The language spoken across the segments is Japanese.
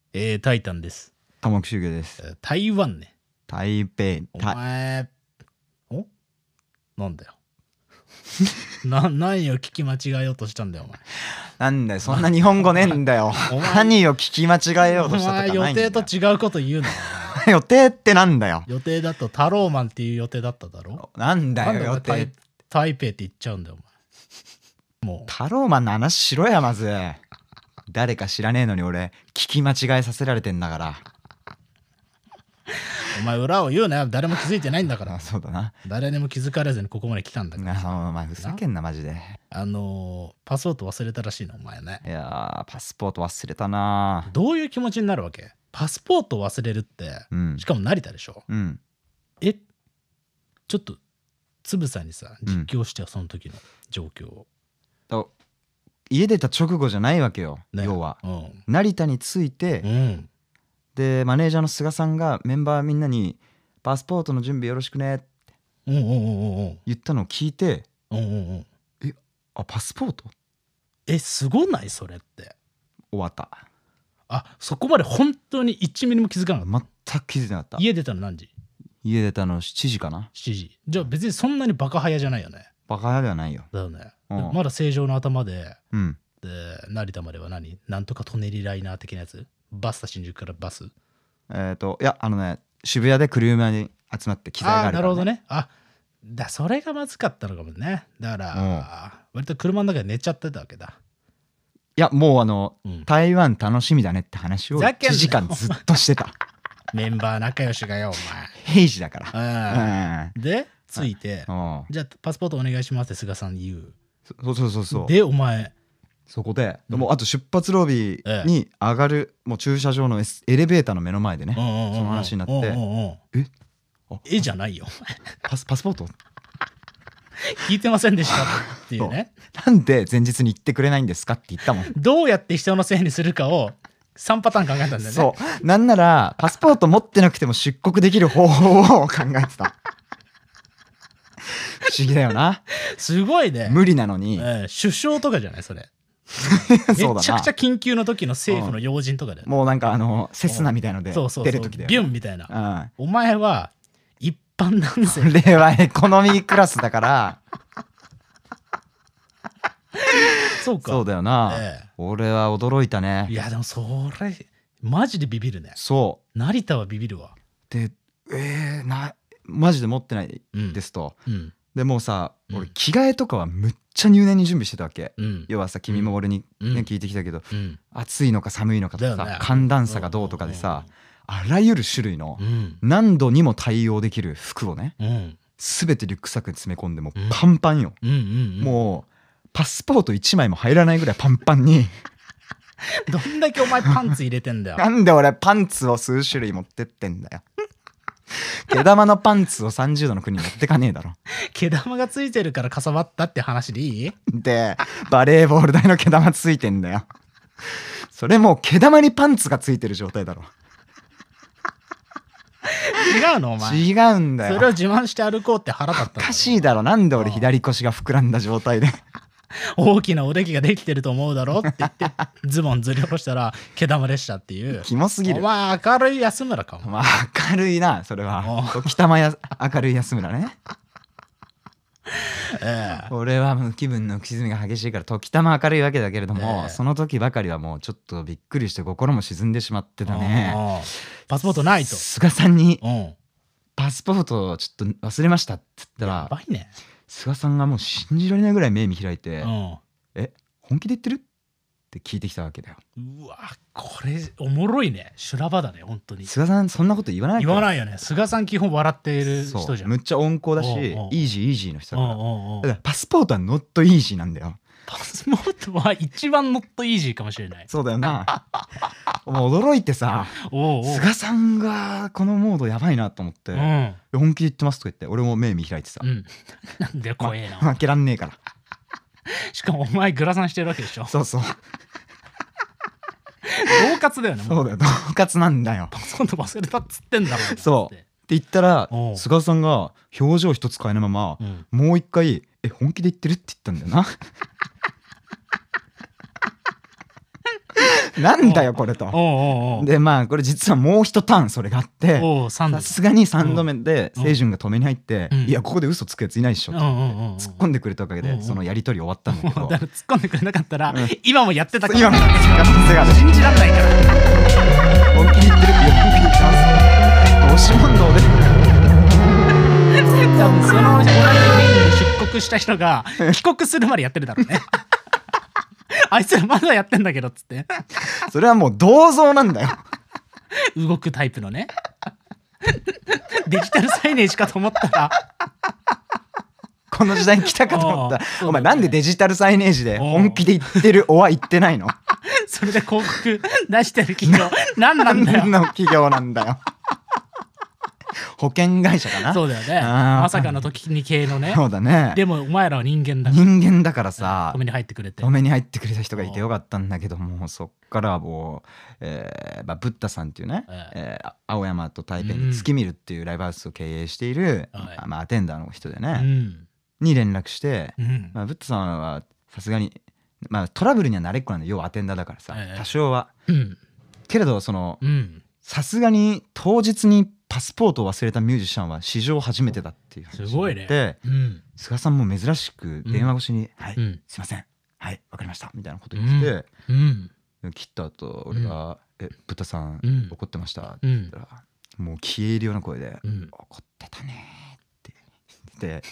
タイタンです。 玉木修介です。 台湾ね。 台北。 お前、なんだよ。何を聞き間違えようとしたんだよ、お前。 なんだよ、そんな日本語ねえんだよ。何を聞き間違えようとしたとかないんだよ。 お前予定と違うこと言うな。 予定ってなんだよ。 予定だとタローマンっていう予定だっただろ。 なんだよ、予定。 台北って言っちゃうんだよ、お前。もう。 タローマンの話しろや、まず。誰か知らねえのに俺、聞き間違えさせられてんだから。 お前裏を言うなよ。誰も気づいてないんだから。 そうだな。 誰にも気づかれずにここまで来たんだから。 お前ふざけんなマジで。 パスポート忘れたらしいの、お前ね。 いやー、パスポート忘れたな。 どういう気持ちになるわけ？パスポート忘れるって、しかも成田でしょ。ちょっとつぶさにさ実況してよ、その時の状況を。 家出た直後じゃないわけよ、要は。成田に着いて、でマネージャーの菅さんがメンバーみんなに「パスポートの準備よろしくね」って言ったのを聞いて「パスポート？ すごないそれ」って終わった。 そこまで本当に1ミリも気づかなかった。 全く気づいてなかった。 家出たの何時？ 家出たの7時かな。 7時。じゃあ別にそんなにバカ早じゃないよね。 バカ早ではないよ。 だよね。まだ正常の頭で、成田まではなんとか舎人ライナー的なやつ？バスタ新宿からバス？いや渋谷で車に集まって機材があるから、ね。 なるほどね。それがまずかったのかもね。だから割と車の中で寝ちゃってたわけだ。 いやもう台湾楽しみだねって話を1時間ずっとしてた。 メンバー仲良しがよお前。 平時だから。 で着いて、じゃあパスポートお願いしますって菅さん言う。 そうでお前そこで、もうあと出発ロビーに上がる、もう駐車場のエレベーターの目の前でね、その話になってじゃないよパスポート聞いてませんでしたっていうね。 なんで前日に言ってくれないんですかって言ったもん。 どうやって人のせいにするかを3パターン考えたんだよね。 そうなんならパスポート持ってなくても出国できる方法を考えてた。不思議だよな。 すごいね。 無理なのに、 首相とかじゃないそれ。 そうだな。 めちゃくちゃ緊急の時の政府の要人とかで、 もうなんかセスナみたいので出る時だよ、 ビュンみたいな。お前は一般男性。 それはエコノミークラスだからそうだよな。俺は驚いたね。 いやでもそれマジでビビるね。成田はビビるわ。 でマジで持ってないですと。でもうさ、俺着替えとかはむっちゃ入念に準備してたわけ。要はさ、君も俺に聞いてきたけど、暑いのか寒いのかとかさ、寒暖差がどうとかでさ、あらゆる種類の何度にも対応できる服をね、全てリュックサックに詰め込んでもうパンパンよ。もうパスポート1枚も入らないぐらいパンパンに。 どんだけお前パンツ入れてんだよ。 なんで俺パンツを数種類持ってってんだよ。毛玉のパンツを30度の国に持ってかねえだろ。 毛玉がついてるからかさばったって話でいい？ でバレーボール台の毛玉ついてんだよ。それもう毛玉にパンツがついてる状態だろ。 違うのお前。 違うんだよ。 それを自慢して歩こうって腹立った。 おかしいだろ。なんで俺左腰が膨らんだ状態で大きなおできができてると思うだろって言ってズボンずり下ろしたら毛玉でしたっていう。 キモすぎる。 お前明るい安村か。 明るいなそれは。時たま明るい安村ね。俺はもう気分の浮き沈みが激しいから時たま明るいわけだけれども、その時ばかりはもうちょっとびっくりして心も沈んでしまってたね。 パスポートないと菅さんにパスポートちょっと忘れましたって言ったら、 やばいね。 菅さんがもう信じられないぐらい目見開いて本気で言ってるって聞いてきたわけだよ。 うわこれおもろいね。修羅場だね本当に。 菅さんそんなこと言わないから。 言わないよね。菅さん基本笑っている人じゃん。 むっちゃ温厚だしイージーイージーの人だから。だからパスポートはノットイージーなんだよ。 パスポートは一番ノットイージーかもしれない。 そうだよな。もう驚いてさ、菅さんがこのモードやばいなと思って、本気で言ってますとか言って俺も目見開いてさ、 なんで怖えな。 負けらんねえから。 しかもお前グラサンしてるわけでしょ。 そうそう。 同活だよね。 そうだよ、同活なんだよ。 パスポート忘れたっつってんだろ。 そうって言ったら菅さんが表情一つ変えないまま、もう一回本気で言ってるって言ったんだよな。 なんだよこれと。でまあこれ実はもう一ターンそれがあって、さすがに3度目で清純が止めに入って「いやここで嘘つくやついないっしょ」と突っ込んでくれたおかげでそのやり取り終わったんだけど、 突っ込んでくれなかったら今もやってたから、今もやってた可能性がある。 信じられないから本気に言ってる。いや本気に言ってます。押し問答で多分その同じ便に出国した人が帰国するまでやってるだろうねあいつらまだやってんだけどっつってそれはもう銅像なんだよ動くタイプのねデジタルサイネージかと思ったらこの時代に来たかと思ったらお前なんでデジタルサイネージで本気で言ってるおは言ってないのそれで広告出してる企業何なんだよ何の企業なんだよ保険会社かな。 そうだよね。まさかの時に系のね。 そうだね。 でもお前らは人間だから人間だからさ、 止めに入ってくれて止めに入ってくれた人がいてよかったんだけども、そっからはもう、ブッダさんっていうね、青山と台北に月見るっていうライブハウスを経営している、アテンダーの人でね、に連絡して、ブッダさんはさすがに、トラブルには慣れっこなんで、要はアテンダーだからさ、多少は、けれどそのさすがに当日にパスポートを忘れたミュージシャンは史上初めてだっていう話すごいね。 で、菅さんも珍しく電話越しに「はいすいません、はいわかりました」みたいなこと言って切った後俺が「ブッダさん怒ってました」って言ったらもう消え入るような声で「怒ってたね」って言って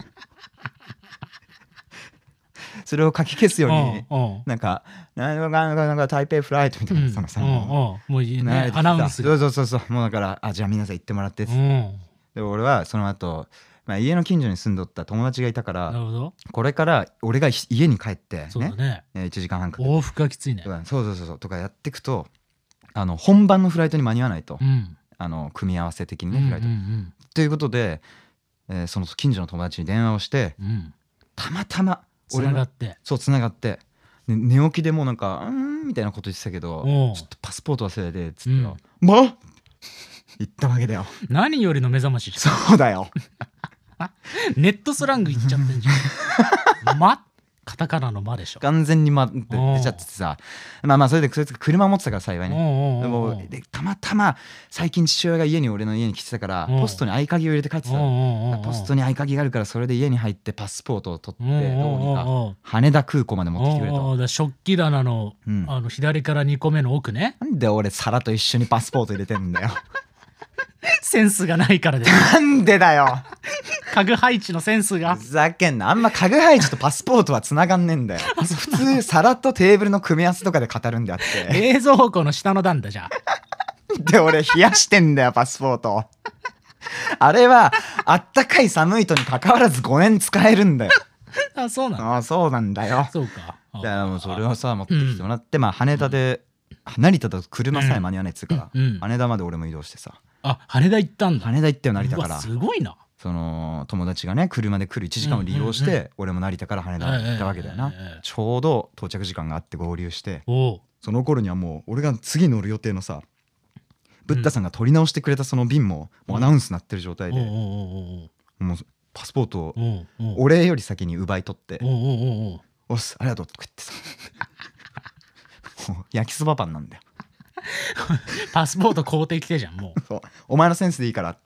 それをかき消すようになんか台北フライトみたいなそのさもうねアナウンスそうもうだからじゃあ皆さん行ってもらってで俺はその後家の近所に住んどった友達がいたからこれから俺が家に帰ってね1時間半か往復がきついねそうとかやっていくと本番のフライトに間に合わないと組み合わせ的にねフライトということでその近所の友達に電話をしてたまたまつながって寝起きでもうなんかみたいなこと言ってたけどちょっとパスポート忘れてっつったら「まっ!」言ったわけだよ。 何よりの目覚ましそうだよネットスラング言っちゃってんじゃんまカタカナの間でしょ完全に間って出ちゃっててさそれでそいつが車持ってたから幸いねでもたまたま最近父親が俺の家に来てたからポストに合鍵を入れて帰ってたポストに合鍵があるからそれで家に入ってパスポートを取ってどうにか羽田空港まで持ってきてくれと食器棚の左から2個目の奥ねなんで俺皿と一緒にパスポート入れてんだよセンスがないからでなんでだよ家具配置のセンスがふざけんなあんま家具配置とパスポートはつながんねえんだよ普通皿とテーブルの組み合わせとかで語るんであって冷蔵庫の下の段だじゃあで俺冷やしてんだよパスポートあれはあったかい寒いとにかかわらず5年使えるんだよそうなのそうなんだよそうかだからもうそれをさ持ってきてもらって羽田で成田だと車さえ間に合わないっつうから羽田まで俺も移動してさ羽田行ったんだ羽田行ったよ成田からすごいなその友達がね車で来る1時間を利用して俺も成田から羽田に行ったわけだよなちょうど到着時間があって合流してその頃にはもう俺が次乗る予定のさブッダさんが取り直してくれたその便ももうアナウンスになってる状態でもうパスポートを俺より先に奪い取って「おっすありがとう」とか言ってさもう焼きそばパンなんだよパスポート買うてきてじゃんもうお前のセンスでいいから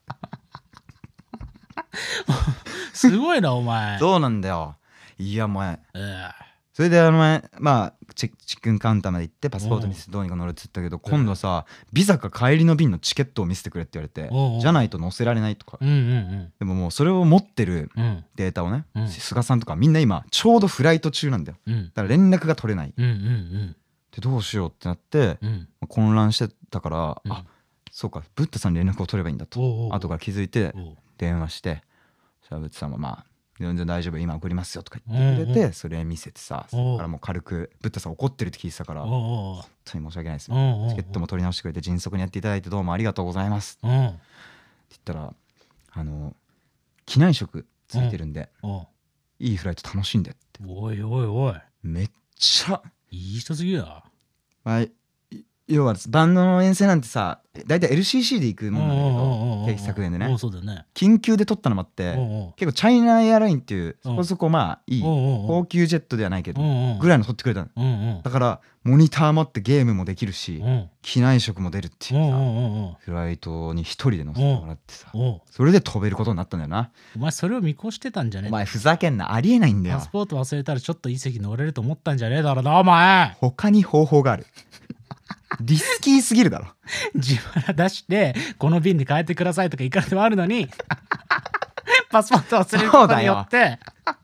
すごいなお前そうなんだよいやお前それでチェックインカウンターまで行ってパスポートにしてどうにか乗るって言ったけど今度さビザか帰りの便のチケットを見せてくれって言われてじゃないと載せられないとかでももうそれを持ってるデータをね菅さんとかみんな今ちょうどフライト中なんだよだから連絡が取れないでどうしようってなって混乱してたからそうかブッダさんに連絡を取ればいいんだと後から気づいて電話してブッダさんは全然大丈夫今送りますよとか言ってくれてそれ見せてさそこからもう軽くブッダさん怒ってるって聞いてたから本当に申し訳ないですチケットも取り直してくれて迅速にやっていただいてどうもありがとうございますって言ったら機内食ついてるんでいいフライト楽しんでっておいおいおいめっちゃいい人すぎや要はバンドの遠征なんてさ大体 LCC で行くもんだけ定期削減でね。 そうだよね。 緊急で取ったのもあって結構チャイナエアラインっていうそこそこまあいい高級ジェットではないけどぐらいの取ってくれたの。だからモニターもあってゲームもできるし機内食も出るっていうさフライトに一人で乗せてもらってさそれで飛べることになったんだよな。 お前それを見越してたんじゃねえ。 お前ふざけんな、ありえないんだよ。 パスポート忘れたらちょっといい席乗れると思ったんじゃねえだろなお前。 他に方法がある。リスキーすぎるだろ。 自腹出してこの便に変えてくださいとかいくらでもあるのにパスポート忘れることによって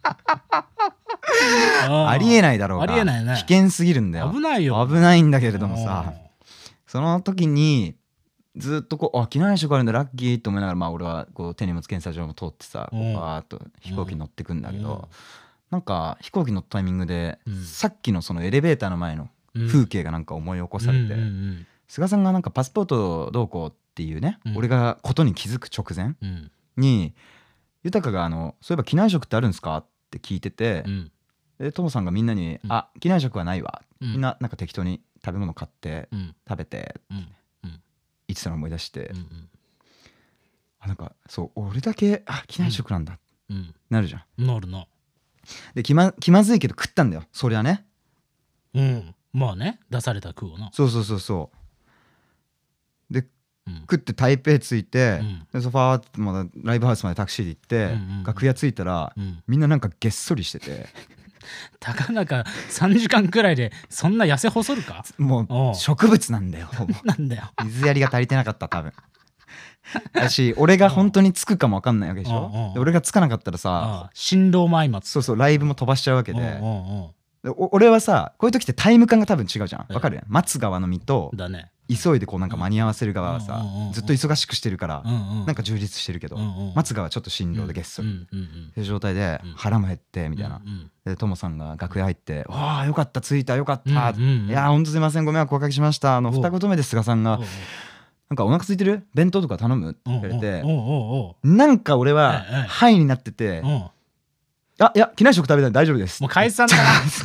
ありえないだろうが。 ありえないね。 危険すぎるんだよ。 危ないよ。 危ないんだけれどもさ、その時にずっとこう機内食あるんだラッキーと思いながら、まあ俺はこう手荷物検査場も通ってさバーっと飛行機乗ってくんだけど、なんか飛行機乗ったタイミングでさっきのそのエレベーターの前の風景がなんか思い起こされて、菅さんがなんかパスポートどうこうっていうね、俺がことに気づく直前に豊がそういえば機内食ってあるんですかって聞いてて、でトモさんがみんなにあ機内食はないわ、みんななんか適当に食べ物買って食べて言ってたのを思い出して、なんかそう俺だけ機内食なんだなるじゃん。 なるな。 で気まずいけど食ったんだよそりゃね。 まあね、出された食うな。 そうで、食って台北着いて、でソファーまだライブハウスまでタクシーで行って、楽屋着いたら、みんななんかげっそりしててたかなか3時間くらいでそんな痩せ細るか。 もう植物なんだよほぼ。 なんだよ。 水やりが足りてなかった多分。だし俺が本当につくかも分かんないわけでしょ。で俺がつかなかったらさ振動も相まってそうライブも飛ばしちゃうわけで。俺はさこういう時ってタイム感が多分違うじゃん。わかる？待つ側の身と急いでこうなんか間に合わせる側はさずっと忙しくしてるからなんか充実してるけど、待つ側はちょっと振動でげっそりっていう状態で腹も減ってみたいな。でトモさんが楽屋入って「わあよかった着いたよかった」「いやほんとすいませんご迷惑おかけしました」二言目で菅さんが「なんかお腹空いてる？弁当とか頼む？」って言われてなんか俺はハイになってて「あいや機内食食べたい大丈夫です」 もう解散だな。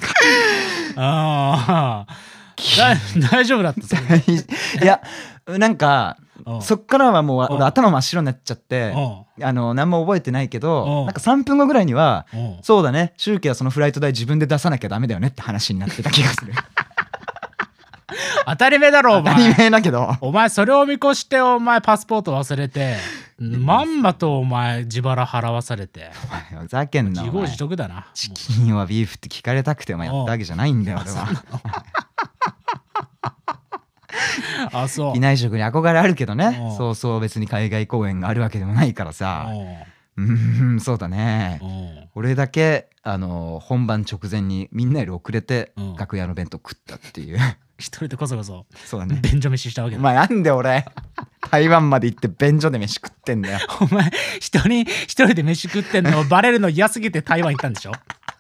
ああ大丈夫だった。 いやなんかそっからはもう俺頭真っ白になっちゃって何も覚えてないけどなんか3分後ぐらいにはそうだねシュウケはそのフライト代自分で出さなきゃダメだよねって話になってた気がする。 当たり前だろお前。 当たり前だけどお前それを見越してお前パスポート忘れてまんまとお前自腹払わされてふざけんな。 自業自得だな。 チキンはビーフって聞かれたくてお前やったわけじゃないんだよ俺は。 あそう機内食に憧れあるけどねそう別に海外公演があるわけでもないからさそうだね。俺だけ本番直前にみんなより遅れて楽屋の弁当食ったっていう。 一人でこそこそそうだね便所飯したわけだ。 お前なんで俺台湾まで行って便所で飯食ってんだよ。 お前一人で飯食ってんのバレるの嫌すぎて台湾行ったんでしょ。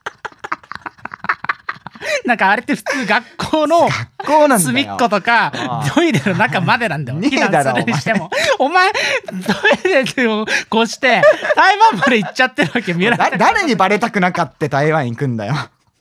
なんかあれって普通学校の隅っことかトイレの中までなんだよ。避難するにしてもお前トイレをこうして台湾まで行っちゃってるわけ見えない。 誰にバレたくなかって台湾行くんだよ。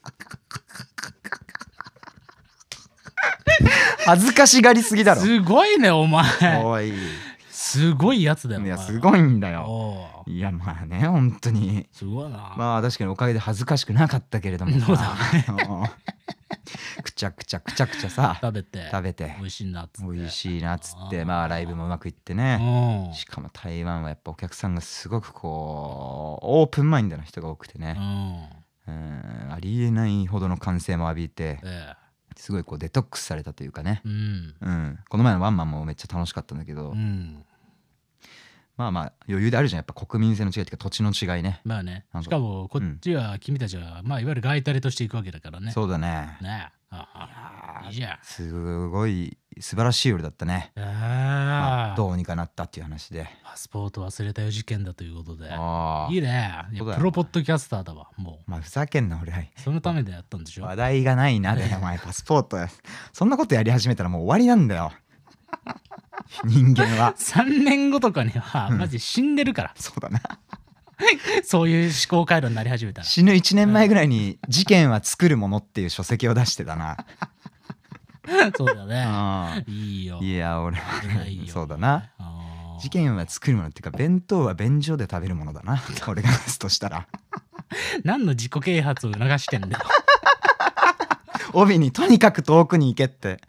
恥ずかしがりすぎだろ。 すごいねお前。 おいすごいやつだよ。 いやすごいんだよ。いやまあね本当にすごいな。 まあ確かにおかげで恥ずかしくなかったけれどもそうだね。 くちゃくちゃさ食べて美味しいなっつってまあライブもうまくいってね。しかも台湾はやっぱお客さんがすごくこうオープンマインドな人が多くてねありえないほどの歓声も浴びてすごいこうデトックスされたというかね。この前のワンマンもめっちゃ楽しかったんだけどまあ余裕であるじゃんやっぱ国民性の違いっていうか土地の違いね。 まあねしかもこっちは君たちはまあいわゆる外タレとしていくわけだからね。 そうだね。 いいじゃん。 すごい素晴らしい夜だったね。どうにかなったっていう話でパスポート忘れたよ事件だということでいいね。プロポッドキャスターだわもう。 まあふざけんな俺。 そのためでやったんでしょ。 話題がないなでお前パスポートそんなことやり始めたらもう終わりなんだよ。人間は 3年後とかにはマジ死んでるから。 そうだな。 そういう思考回路になり始めたら死ぬ1年前ぐらいに「事件は作るもの」っていう書籍を出してたな。 そうだね。いいよ。 いや俺はそうだな。 事件は作るものっていうか弁当は便所で食べるものだな俺が話すとしたら何の自己啓発を促してんだよ帯にとにかく遠くに行けって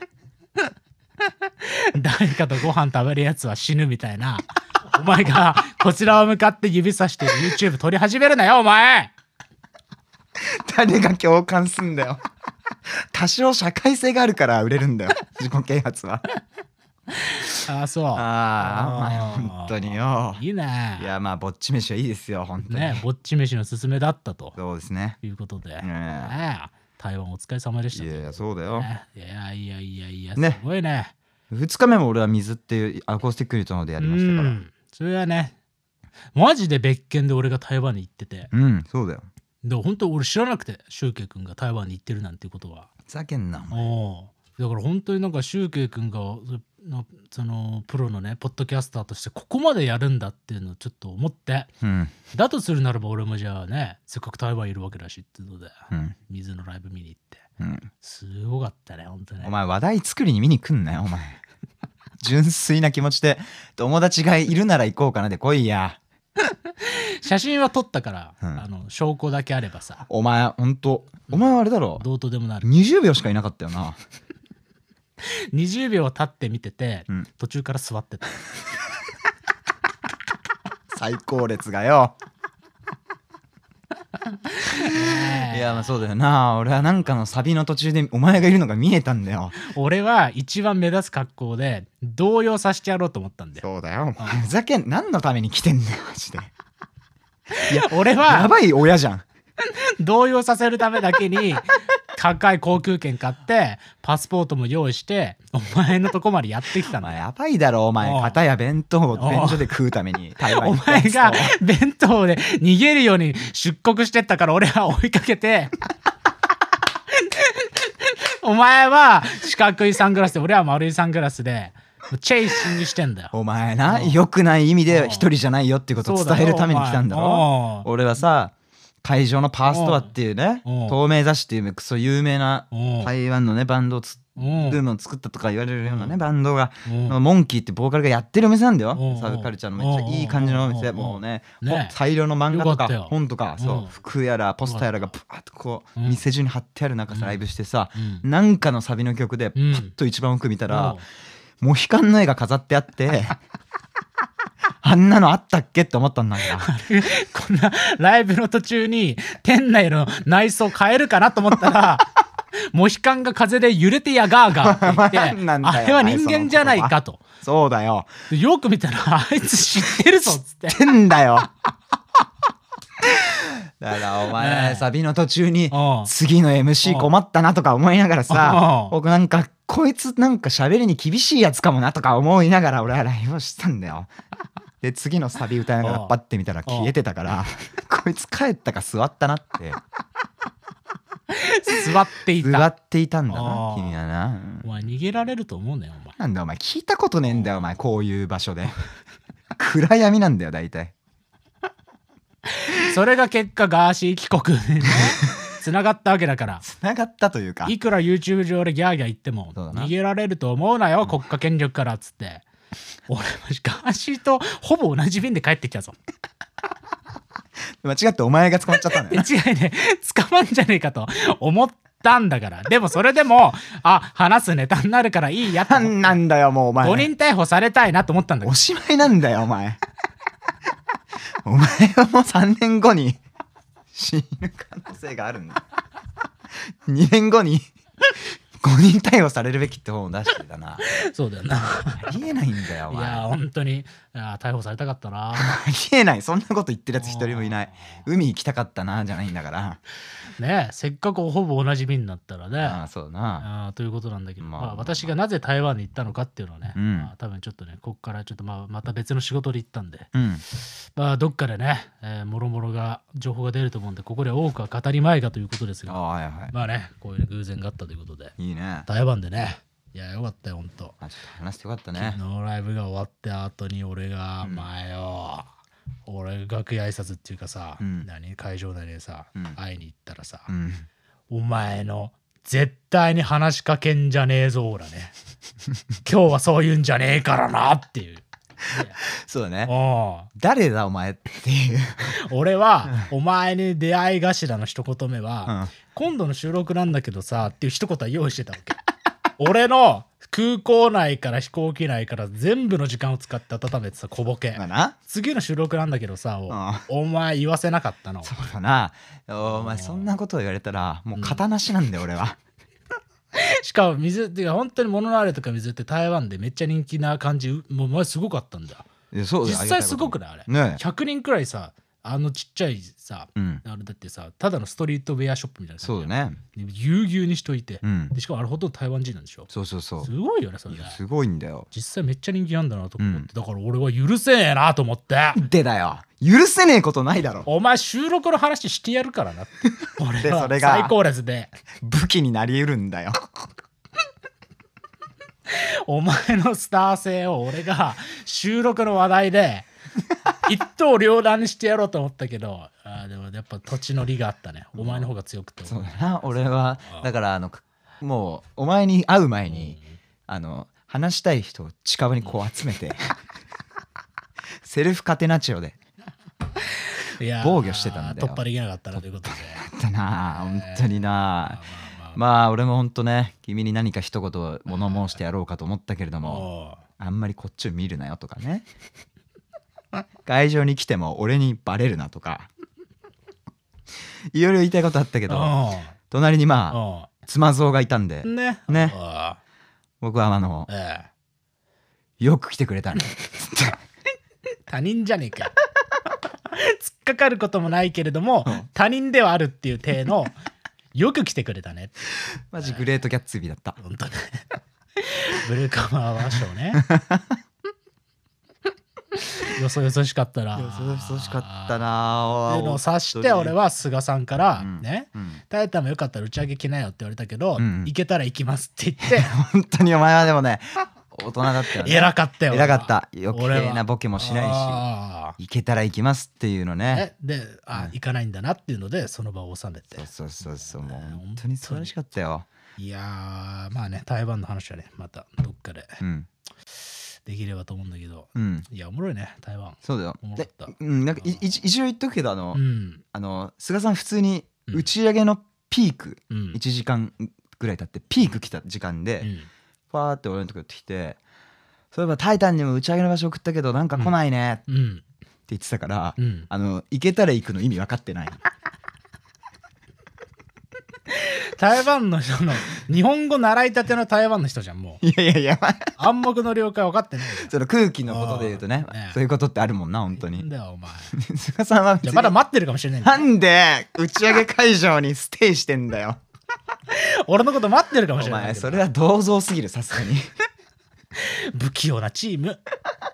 誰かとご飯食べるやつは死ぬみたいなお前がこちらを向かって指さして YouTube 撮り始めるなよお前誰が共感すんだよ多少社会性があるから売れるんだよ自己啓発はああそうああ本当によいいねいやまあぼっち飯はいいですよ本当にねぼっち飯のすすめだったとそうですねいうことで、台湾お疲れ様でしたいやそうだよ、 いやいやいやいやすねごいね 2日目も俺は水っていうアコースティックユニットの方でやりましたからそれはねマジで別件で俺が台湾に行っててそうだよで本当俺知らなくてシュウケイ君が台湾に行ってるなんていうことはふざけんなおだから本当になんかシュウケイ君がそのプロのねポッドキャスターとしてここまでやるんだっていうのをちょっと思って、だとするならば俺もじゃあねせっかく台湾いるわけだしっていうので、水のライブ見に行って、すごかったね本当にね。 お前話題作りに見に来んなよお前純粋な気持ちで友達がいるなら行こうかなで来いや写真は撮ったから、証拠だけあればさお前ほんとお前はあれだろどうとでもなる 20秒しかいなかったよな 20秒経って見てて、途中から座ってた最高列がよいやまあそうだよな俺はなんかのサビの途中でお前がいるのが見えたんだよ俺は一番目立つ格好で動揺させてやろうと思ったんだよそうだよふざけん何のために来てんだよマジでいや俺はやばい親じゃん動揺させるためだけに高い航空券買ってパスポートも用意してお前のとこまでやってきたの。 やばいだろお前片や弁当を便所で食うために台湾お前が弁当で逃げるように出国してったから俺は追いかけてお前は四角いサングラスで俺は丸いサングラスでチェイシングしてんだよ。 お前な良くない意味で一人じゃないよっていうことを伝えるために来たんだろ。俺はさ会場のパーストアっていうね透明雑誌っていうクソ有名な台湾のねバンドをブームを作ったとか言われるようなねバンドがモンキーってボーカルがやってるお店なんだよ。サブカルチャーのめっちゃいい感じのお店もうね大量の漫画とか本とかそう服やらポスターやらがブワッとこう店中に貼ってある中さライブしてさなんかのサビの曲でパッと一番奥見たらモヒカンの絵が飾ってあってあんなのあったっけって思ったんだからこんなライブの途中に店内の内装変えるかなと思ったらモヒカンが風で揺れてやガーガーって言ってあれは人間じゃないかと。 そうだよよく見たらあいつ知ってるぞっつって知ってんだよだからお前サビの途中に次の MC 困ったなとか思いながらさ僕なんかこいつなんか喋りに厳しいやつかもなとか思いながら俺はライブをしたんだよ。で次のサビ歌いながらパッて見たら消えてたからこいつ帰ったか座ったなって座っていた座っていたんだな君はな。 お前逃げられると思うんだよお前。 なんだお前聞いたことねえんだよお前こういう場所で暗闇なんだよ大体それが結果ガーシー帰国でねつながったわけだからつながったというかいくら YouTube 上でギャーギャー言っても逃げられると思うなよ国家権力からっつって俺ガーシーとほぼ同じ便で帰ってきたぞ間違ってお前が捕まっちゃったんだよ違いね捕まんじゃねえかと思ったんだから。でもそれでも話すネタになるからいいやとなんだよもうお前 5人逮捕されたいなと思ったんだけどおしまいなんだよお前お前はもう3年後に死ぬ可能性があるんだ2年後に5人逮捕されるべきって本を出してたなそうだよなありえないんだよお前。 いや本当に逮捕されたかったなありえないそんなこと言ってるやつ一人もいない。海行きたかったなじゃないんだからね。せっかくほぼ同じ便になったらねそうなということなんだけど、私がなぜ台湾に行ったのかっていうのはね、多分ちょっとねこっからちょっとまた別の仕事で行ったんで、どっかでねもろもろが情報が出ると思うんでここで多くは語りまいがということですが、まあねこういう偶然があったということでいいね台湾でねいやよかったよほんと。 ちょっと話してよかったね。 昨日ライブが終わって後に俺が俺楽屋挨拶っていうかさ、会場内でさ、会いに行ったらさ、お前の絶対に話しかけんじゃねえぞ俺ね今日はそういうんじゃねえからなっていうそうだね。誰だお前っていう。 俺はお前に出会い頭の一言目は、今度の収録なんだけどさっていう一言は用意してたわけ。俺の空港内から飛行機内から全部の時間を使って温めてさ、小ボケ。次の収録なんだけどさ、お前言わせなかったの。 そうだな。お前そんなこと言われたらもう型なしなんだよ俺は。 しかも水っていうか本当に物のあれとか水って台湾でめっちゃ人気な感じ、もう前すごかったんだよ。実際すごくないあれ、ね、100人くらいさ、ちっちゃいさ、あれだってさ、ただのストリートウェアショップみたいな。 そうだね。 ぎゅうぎゅうにしといて、でしかもあれほとんど台湾人なんでしょ。 そうすごいよねそれね。 すごいんだよ。 実際めっちゃ人気なんだなと思って、だから俺は許せねえなと思って。 でだよ、許せねえことないだろ。 お前収録の話してやるからなって。俺はそれが最高列で武器になりうるんだよ。 お前のスター性を俺が収録の話題で一刀両断にしてやろうと思ったけど、でもやっぱ土地の利があったね。お前の方が強くて。 そうだな。俺はだからもうお前に会う前に話したい人を近場にこう集めてセルフカテナチオで防御してたんだよ。 突破できなかったなということで。 だったな本当にな。まあ俺もほんとね、君に何か一言物申してやろうかと思ったけれども、あんまりこっちを見るなよとかね、会場に来ても俺にバレるなとかいろいろ言いたいことあったけど、隣にまあ妻蔵がいたんでね、僕はよく来てくれたね他人じゃねえか突っかかることもないけれども、他人ではあるっていう体のよく来てくれたね。 マジグレートギャッツビーだった。 本当ね。ブルーカマーワーショーね。よそよそしかったな。 よそよそしかったな。 っていうのを察して俺は菅さんからね、タイタもよかったら打ち上げ来なよって言われたけど、行けたら行きますって言って。 本当にお前はでもね、大人だったよね。 偉かったよ。 偉かった。余計なボケもしないし、行けたら行きますっていうのね。 で、行かないんだなっていうのでその場を収めて。 そうもう本当に素晴らしかったよ。 いやまあね、台湾の話はねまたどっかでできればと思うんだけど、いやおもろいね台湾。 そうだよ。なんか一応言っとくけど菅さん普通に打ち上げのピーク1時間ぐらい経ってピーク来た時間でファーって俺のとこ寄ってきて、そういえばタイタンにも打ち上げの場所送ったけどなんか来ないねって言ってたから、行けたら行くの意味分かってない。 台湾の人の日本語習いたての台湾の人じゃんもう。 いや暗黙の了解分かってない。 その空気のことで言うとね、そういうことってあるもんな本当に。 なんだよお前。 菅さんはまだ待ってるかもしれない。 なんで打ち上げ会場にステイしてんだよ。 俺のこと待ってるかもしれない。 お前それは銅像すぎる、さすがに。 不器用なチーム。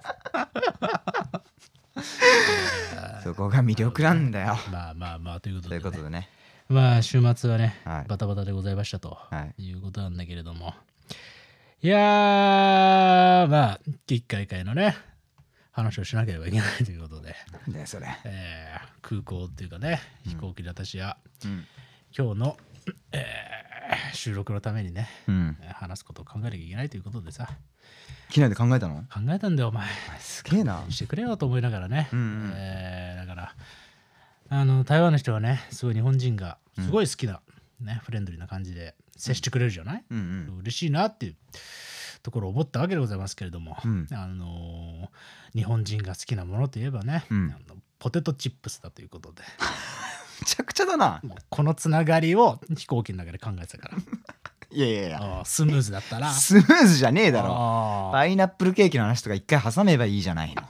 そこが魅力なんだよ。 まあということでね。まあ週末はね、バタバタでございましたということなんだけれども、いやーまあ一回一回のね話をしなければいけないということで、 それ空港っていうかね飛行機で私は今日の収録のためにね話すことを考えなきゃいけないということでさ。 機内で考えたの？ 考えたんだよお前。 すげえな。 してくれよと思いながらね。だから台湾の人はねすごい日本人がすごい好きな、フレンドリーな感じで接してくれるじゃない、嬉しいなっていうところを思ったわけでございますけれども、日本人が好きなものといえばね、ポテトチップスだということでめちゃくちゃだな。 このつながりを飛行機の中で考えてたからいやスムーズだったら。 スムーズじゃねえだろ。パイナップルケーキの話とか一回挟めばいいじゃないの。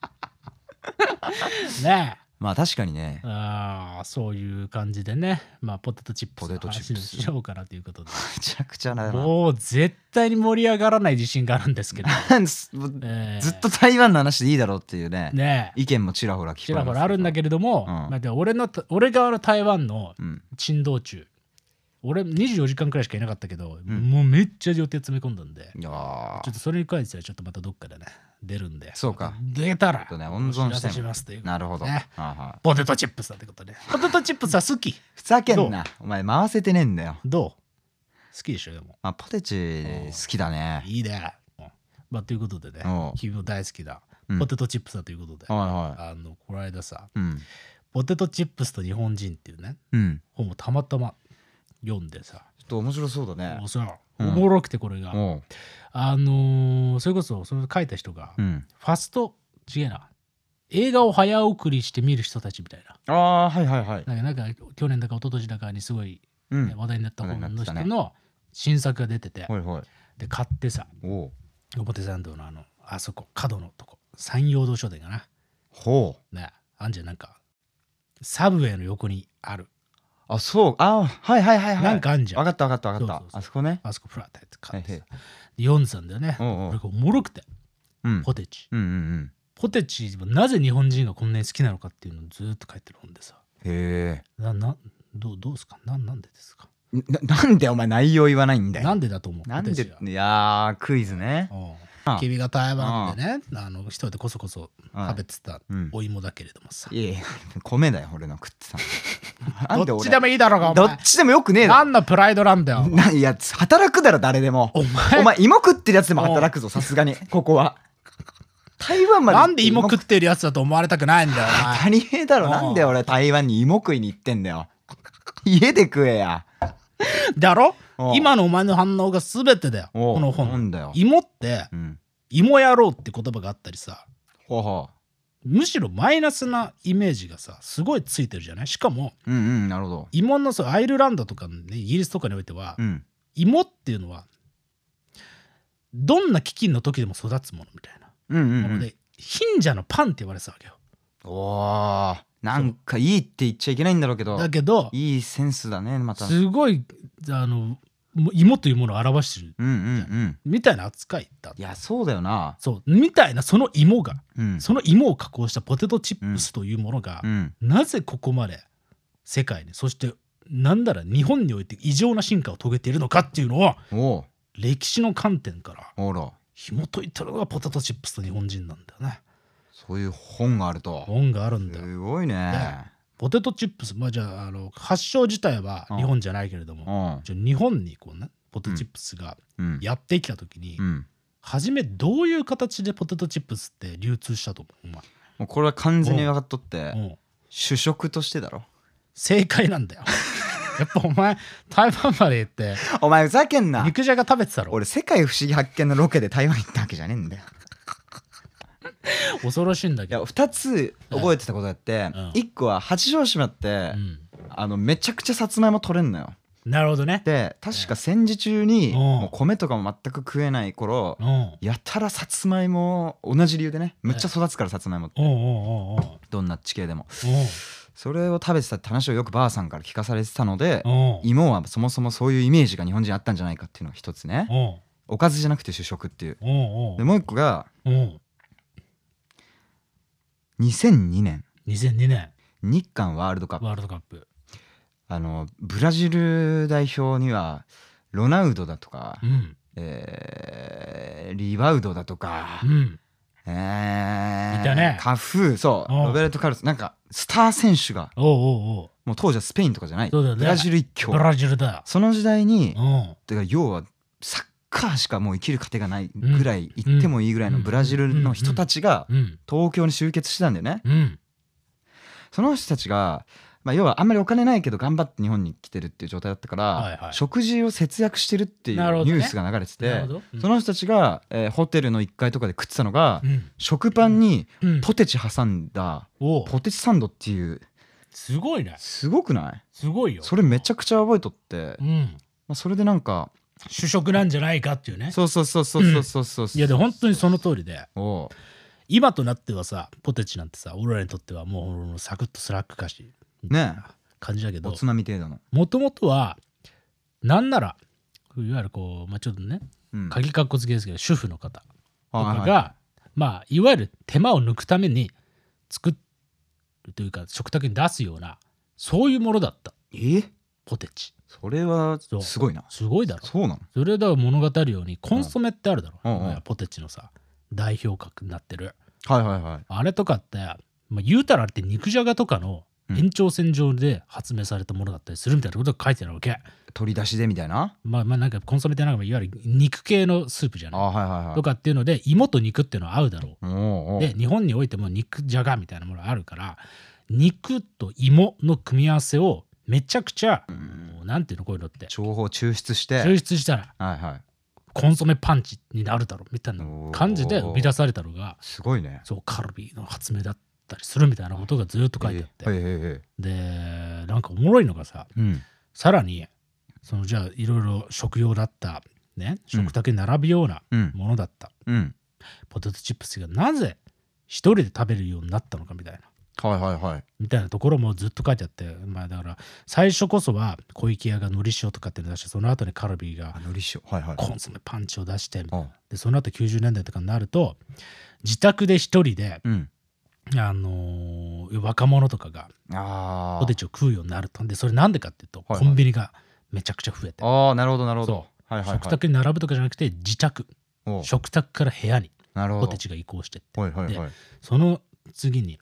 ねえ。 まあ確かにね。 そういう感じでね、ポテトチップスの話をしようかなということで。 めちゃくちゃな。 もう絶対に盛り上がらない自信があるんですけど。 ずっと台湾の話でいいだろうっていうね意見もちらほら聞こえます。 ちらほらあるんだけれども、俺側の台湾の珍道中、俺24時間くらいしかいなかったけど、もうめっちゃ予定詰め込んだんで、ちょっとそれに関してはちょっとまたどっかでね出るんで、 そうか、 出たら温存してしますという。 なるほど、 ポテトチップスだってことで。ポテトチップスは好き。 ふざけんなお前、回せてねえんだよ。 どう？好きでしょ。でもポテチ好きだね。 いいね。ということでね、君も大好きだポテトチップスだということで、この間さ、ポテトチップスと日本人っていうね、本をたまたま読んでさ、 ちょっと面白そうだね。 おもろくて、これがそれこそそれ書いた人が、ファスト違えな、映画を早送りして見る人たちみたいな、なんか去年だか一昨年だかにすごい話題になった本の人の新作が出てて、で買ってさ、表参道のあそこ角のとこ、山陽道書店かな、ね、あんじゃん、なんかサブウェイの横にある、 そう、なんかあんじゃん。 分かったあそこね、 あそこプラッとやって買ってさ、読んでたんだよね。これおもろくて、ポテチ、ポテチなぜ日本人がこんなに好きなのかっていうのをずっと書いてる本でさ、どうですか、なんでですか。 なんでお前内容言わないんだよ。 なんでだと思う。 なんで、いやクイズね。 君が台湾でね、一人でこそこそ食べてたお芋だけれどもさ、 米だよ俺の食ってた。 どっちでもいいだろうが、 どっちでもよくねえだろ。 何のプライドなんだよ。 いや働くだろ誰でも。お前芋食ってるやつでも働くぞ、さすがにここは。台湾までなんで芋食ってるやつだと思われたくないんだよ。 当たり前だろ。なんで俺台湾に芋食いに行ってんだよ。家で食えや。 だろ。今のお前の反応が全てだよ、この本。芋って、芋野郎って言葉があったりさ、むしろマイナスなイメージがさすごいついてるじゃない。しかも、 なるほど。 芋のアイルランドとか、ね、イギリスとかにおいては、芋っていうのはどんな飢饉の時でも育つものみたいなもので、貧者のパンって言われてたわけよ。 なんかいいって言っちゃいけないんだろうけど、いいセンスだね。またすごい芋というものを表してるみたいな扱いだ。 いやそうだよな。 そうみたいな、その芋が、その芋を加工したポテトチップスというものが、なぜここまで世界に、そしてなんなら日本において異常な進化を遂げているのかっていうのを歴史の観点から紐解いてるのがポテトチップスと日本人なんだよね。 そういう本があると。 本があるんだよ。 すごいね。 ポテトチップス、じゃあ発祥自体は日本じゃないけれども、日本にこうねポテトチップスがやってきた時に、初めどういう形でポテトチップスって流通したと思う。 もうこれは完全に分かっとって、主食としてだろ。 正解なんだよ。やっぱお前台湾まで行ってお前ふざけんな。 肉じゃが食べてたろ。 俺世界不思議発見のロケで台湾行ったわけじゃねえんだよ。 恐ろしいんだけど。 いや2つ覚えてたことがあって、1個は八丈島って、めちゃくちゃさつまいも取れんのよ。 なるほどね。 で確か戦時中にもう米とかも全く食えない頃、やたらさつまいも同じ理由でね、むっちゃ育つからさつまいもって、どんな地形でも。それを食べてたって話をよくばあさんから聞かされてたので、芋はそもそもそういうイメージが日本人あったんじゃないかっていうのが一つね。おかずじゃなくて主食っていう。でもう一個が2002年日韓ワールドカップ。ブラジル代表にはロナウドだとか、リバウドだとか、いたね。 カフー、ロベルト・カルロス、なんかスター選手がもう当時はスペインとかじゃない、ブラジル一強。 ブラジルだ。 その時代に、てか要はサッカーしかもう生きる糧がないぐらい、言ってもいいぐらいのブラジルの人たちが東京に集結してたんだよね。その人たちが要はあんまりお金ないけど頑張って日本に来てるっていう状態だったから、食事を節約してるっていうニュースが流れてて、その人たちが、ホテルの1階とかで食ってたのが、食パンにポテチ挟んだポテチサンドっていう。 すごいね。 すごくない？ すごいよ。 それめちゃくちゃ覚えとって、それでなんか主食なんじゃないかっていうね。 そう。 いやで本当にその通りで、今となってはさ、ポテチなんてさ、俺らにとってはもうサクッとスラック菓子ね感じだけど、 おつまみ程度の。 もともとはなんならいわゆるこう、ちょっとね、鍵かっこつけですけど主婦の方とかが、いわゆる手間を抜くために作るというか食卓に出すようなそういうものだった。ポテチ。 それはすごいな。 すごいだろ。 そうなの。 それだ物語るようにコンソメってあるだろ、ポテチのさ代表格になってる。あれとかって、言うたらあれって肉じゃがとかの延長線上で発明されたものだったりするみたいなことが書いてあるわけ。 取り出しでみたいな。 まあなんかコンソメってなんかいわゆる肉系のスープじゃない、 はいはいはい、 とかっていうので芋と肉っていうのは合うだろう。 おうで日本においても肉じゃがみたいなものがあるから、肉と芋の組み合わせをめちゃくちゃ、なんていうのこういうのって情報抽出したら、 はいはい、 コンソメパンチになるだろうみたいな感じで生み出されたのがすごいね。 そうカルビーの発明だったりするみたいなことがずっと書いてあって、でなんかおもろいのがさ、さらにそのじゃあいろいろ食用だったね、食卓に並ぶようなものだった、ポテトチップスがなぜ一人で食べるようになったのかみたいな。 はいはいはい、 みたいなところもずっと書いてあって、まあだから最初こそは小池屋がのり塩とかっていうの出して、その後にカルビーがコンソメパンチを出してみたいな、でその後90年代とかになると自宅で一人で、若者とかがポテチを食うようになると。でそれなんでかっていうと、コンビニがめちゃくちゃ増えて、 ああなるほどなるほど、 食卓に並ぶとかじゃなくて自宅、食卓から部屋にポテチが移行してって、でその次に、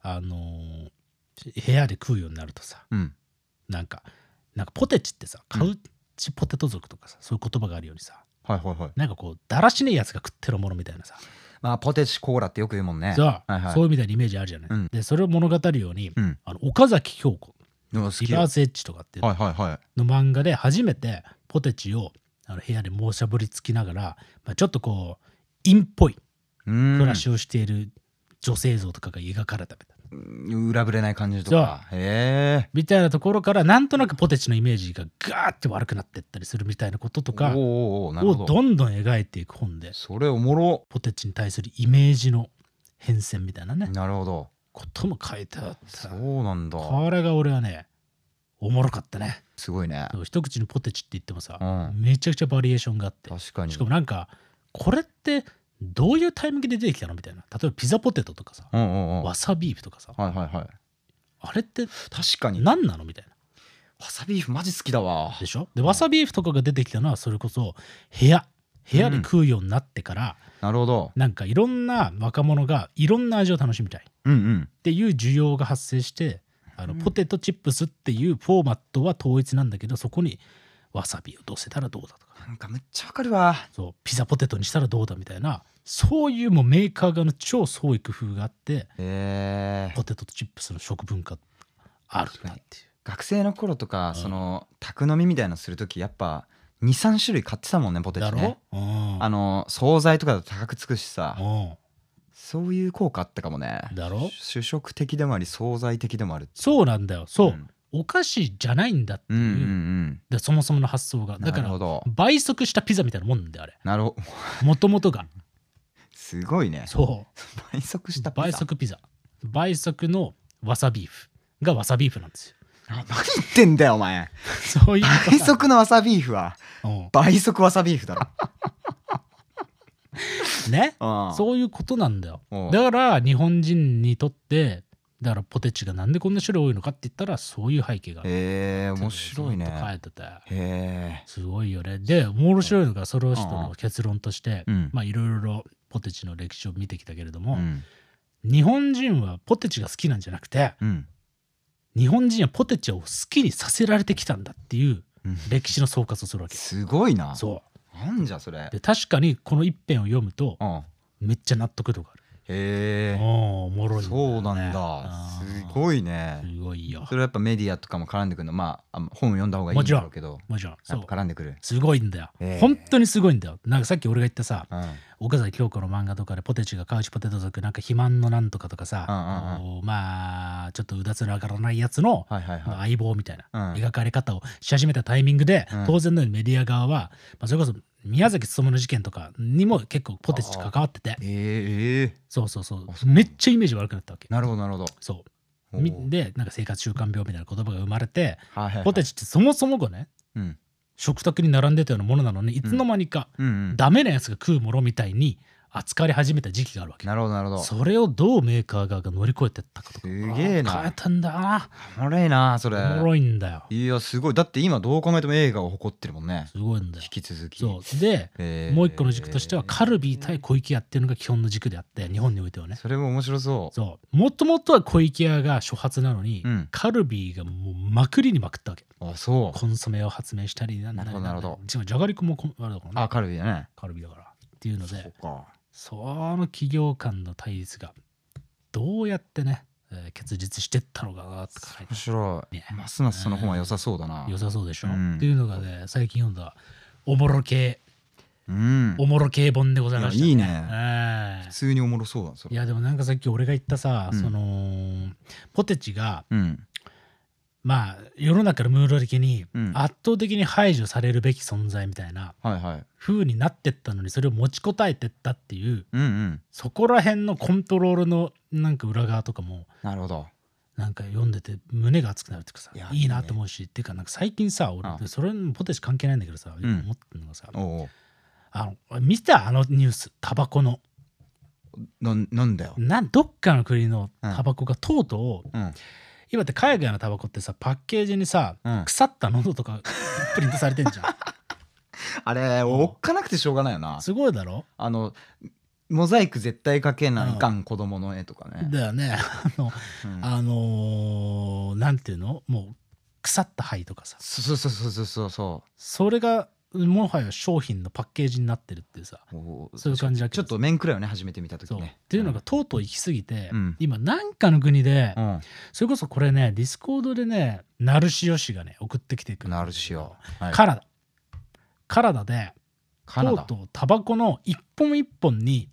部屋で食うようになるとさ、なんかポテチってさ、カウチポテト族とかさ、そういう言葉があるようにさ、なんかこうだらしねえやつが食ってるものみたいなさ、 まあポテチコーラってよく言うもんね。 そういうみたいなイメージあるじゃない。でそれを物語るように、岡崎京子リバースエッジとかっていうの漫画で初めてポテチを部屋で猛しゃぶりつきながら、ちょっとこう陰っぽい暮らしをしている女性像とかが描かれたみたいな、 裏ぶれない感じとかみたいなところから、なんとなくポテチのイメージがガーって悪くなってったりするみたいなこととかをどんどん描いていく本で、 それおもろ。 ポテチに対するイメージの変遷みたいなね、 なるほどことも書いてあった。 そうなんだ。 これが俺はねおもろかったね。 すごいね。 一口にポテチって言ってもさ、めちゃくちゃバリエーションがあって、 確かに。しかもなんかこれってどういうタイミングで出てきたのみたいな。例えばピザポテトとかさ、わさビーフとかさ、あれって確かに何なのみたいな。 わさビーフマジ好きだわ。 でしょ。でわさビーフとかが出てきたのはそれこそ部屋で食うようになってから、 なるほど。 なんかいろんな若者がいろんな味を楽しみたいっていう需要が発生して、ポテトチップスっていうフォーマットは統一なんだけど、そこにわさびをどうせたらどうだとか、 なんかめっちゃわかるわ。 そうピザポテトにしたらどうだみたいな、そういうもうメーカー側の超創意工夫があって、ポテトチップスの食文化あるなっていう。 学生の頃とか、その宅飲みみたいなのする時やっぱ 2,3 種類買ってたもんね、ポテチね。惣菜とかだと高くつくしさ、そういう効果あったかもね。 だろ。 主食的でもあり惣菜的でもある。 そうなんだよ。そう、お菓子じゃないんだっていう、でそもそもの発想がだから倍速したピザみたいなもんなんだよあれ。 なるほど。 もともとがすごいね。 そう倍速したピザ。 倍速ピザ、倍速のわさビーフがわさビーフなんですよ。 何言ってんだよお前。 そういう倍速のわさビーフは倍速わさビーフだろね、そういうことなんだよ。だから日本人にとってだからポテチがなんでこんな種類多いのかって言ったら、そういう背景が面白いね。 書いててすごいよね。で面白いのがその人の結論として、いろいろポテチの歴史を見てきたけれども、日本人はポテチが好きなんじゃなくて、日本人はポテチを好きにさせられてきたんだっていう歴史の総括をするわけ。 すごいな。 そうなんじゃそれ。 で確かにこの一編を読むとめっちゃ納得度がある。おもろい、ね、 そうなんだ。すごいね。 すごいよ。 それはやっぱメディアとかも絡んでくるの。まあ本読んだ方がいいんだろうけど、 もちろんやっぱ絡んでくる。 すごいんだよ、本当にすごいんだよ。なんかさっき俺が言ったさ、岡崎京子の漫画とかでポテチがカウチポテト族なんか肥満のなんとかとかさ、まあちょっとうだつの上がらないやつの相棒みたいな描かれ方をし始めたタイミングで、当然のようにメディア側は、それこそ宮崎勤の事件とかにも結構ポテチ関わってて、そうめっちゃイメージ悪くなったわけ。 なるほどなるほど。 そうでなんか生活習慣病みたいな言葉が生まれて、ポテチってそもそもがね、食卓に並んでたようなものなのに、いつの間にかダメなやつが食うものみたいに扱われ始めた時期があるわけ。 なるほどなるほど。 それをどうメーカー側が乗り越えてったかとか。 すげえな。 変えたんだな。 おもろいなそれ。 おもろいんだよ。 いやすごい。だって今どう考えても映画を誇ってるもんね。 すごいんだよ。 引き続き。 そうで、もう一個の軸としてはカルビー対小池屋っていうのが基本の軸であって、日本においてはね。 それも面白そう。 そうもともとは小池屋が初発なのに、 うん、 カルビーがもうまくりにまくったわけ。 あそう。 コンソメを発明したりなるほどなるほど。 じゃがりこもあれだからね。 あカルビーだね。 カルビーだからっていうので、 そうか。 その企業間の対立がどうやってね、結実してったのかなって書いて。 面白い、ね、ますますその本は良さそうだな。 良さそうでしょ、っていうのがね最近読んだおもろ系、おもろ系本でございましたね。 いいね、普通におもろそうだそれ。 いやでもなんかさっき俺が言ったさ、そのポテチが、まあ世の中のムード的に圧倒的に排除されるべき存在みたいな風になってったのに、それを持ちこたえてったっていう、そこら辺のコントロールのなんか裏側とかも、 なるほど、 なんか読んでて胸が熱くなるっていうかさ、いいなと思うし、っていうかなんか最近さ俺それポテチ関係ないんだけどさ、思ってるのがさ、見たあのニュース、タバコのなんだよ、 どっかの国のタバコがとうとう、今って海外のタバコってさパッケージにさ、腐った喉とかプリントされてんじゃんあれおっかなくてしょうがないよな。 すごいだろ。 モザイク絶対かけないかん子供の絵とかね。 だよね。なんていうの、もう腐った灰とかさ、 そうそれがもはや商品のパッケージになってるっていうさ、そういう感じだけど、 ちょっと面食らうよね初めて見た時ね。 っていうのがとうとう行き過ぎて、今なんかの国で、それこそこれねディスコードでねナルシオ氏がね送ってきてくる。 ナルシオ、 カナダでとうとうタバコの一本一本に、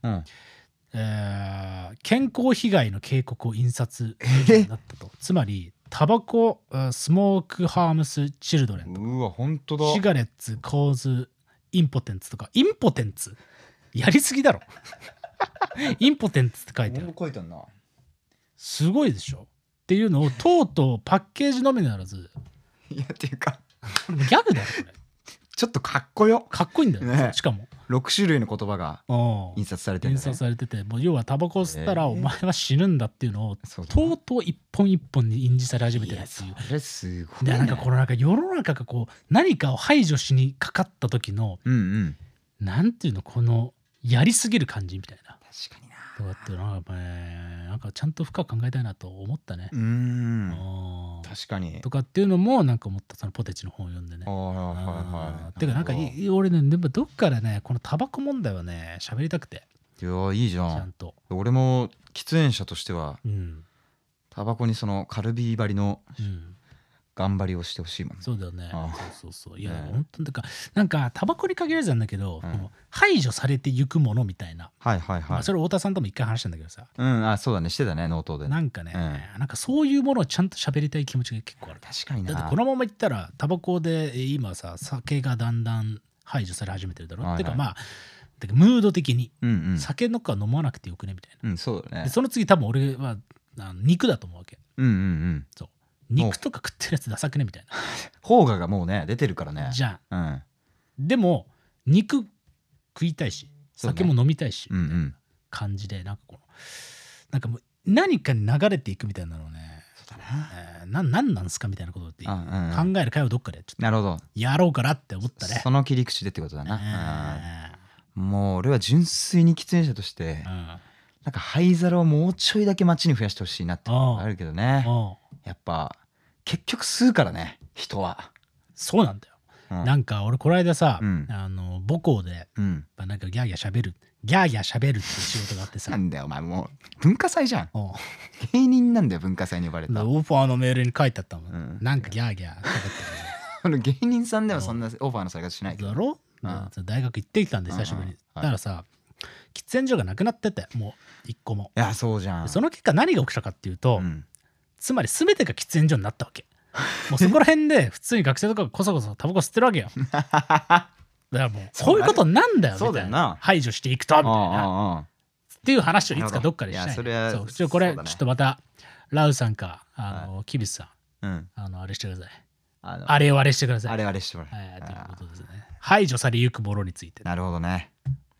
健康被害の警告を印刷になったと。つまりタバコスモークハームスチルドレンとか、 うわ本当だ、 シガレッツコーズインポテンツとか、インポテンツやりすぎだろインポテンツって書いてある。 書いてあるな。 すごいでしょっていうのをとうとうパッケージのみならず、 いやっていうかギャグだよこれ。 ちょっとかっこよ、 かっこいいんだよね。しかも 6種類の言葉が印刷されてるんだね。 印刷されてて、もう要はタバコを吸ったらお前は死ぬんだっていうのをとうとう一本一本に印字され始めてるっていう。 それすごいね。でなんかこのなんか世の中がこう何かを排除しにかかった時の、なんていうの、このやりすぎる感じみたいな。 確かにな。 とかってなんかちゃんと深く考えたいなと思ったね。 確かに。 とかっていうのもなんか思った、そのポテチの本を読んでね。てかなんか俺ねでもどっからねこのタバコ問題はね喋りたくて。 いやいいじゃん。 ちゃんと俺も喫煙者としては、タバコにそのカルビー張りの頑張りをしてほしいもんね。 そうだよね。そういや本当になんかタバコに限らずなんだけど、排除されていくものみたいな。それ太田さんとも一回話したんだけどさ。 そうだね、してたねノートで。 なんかね、なんかそういうものをちゃんと喋りたい気持ちが結構ある。 確かにな。 だってこのままいったらタバコで今さ酒がだんだん排除され始めてるだろ。ってかまあムード的に酒のか飲まなくてよくねみたいな。 そうだね。 その次多分俺は肉だと思うわけ。そう。肉とか食ってるやつダサくねみたいな。 邦画がもうね出てるからね。 じゃん。でも肉食いたいし酒も飲みたいしみたいな感じで、なんかこのなんかもう何かに流れていくみたいなのをね、何なんすかみたいなことって考える会をどっかでちょっとやろうかなって思ったね。 その切り口でってことだな。もう俺は純粋に喫煙者としてなんか灰皿をもうちょいだけ街に増やしてほしいなってあるけどね。やっぱ結局吸うからね人は。 そうなんだよ。なんか俺この間さ母校でなんかギャーギャー喋るって仕事があってさ。 なんだよお前、もう文化祭じゃん。芸人なんだよ、文化祭に呼ばれた。 オファーのメールに書いてあったもん。なんかギャーギャー喋ってる。芸人さんではそんなオファーのされ方しないけど。 だろ。大学行ってきたんで久しぶりに。だからさ喫煙所がなくなってて、もう一個も。 いやそうじゃん。 その結果何が起きたかっていうと、つまり全てが喫煙所になったわけ。もうそこら辺で普通に学生とかがこそこそタバコ吸ってるわけよ。だからもうそういうことなんだよみたいな。排除していくとみたいなっていう話をいつかどっかでしたい。そうこれちょっとまたラウさんかキビスさんあれしてください。あれをあれしてください。 あれしてもらう。 ということですね。排除されゆくものについて。 なるほどね。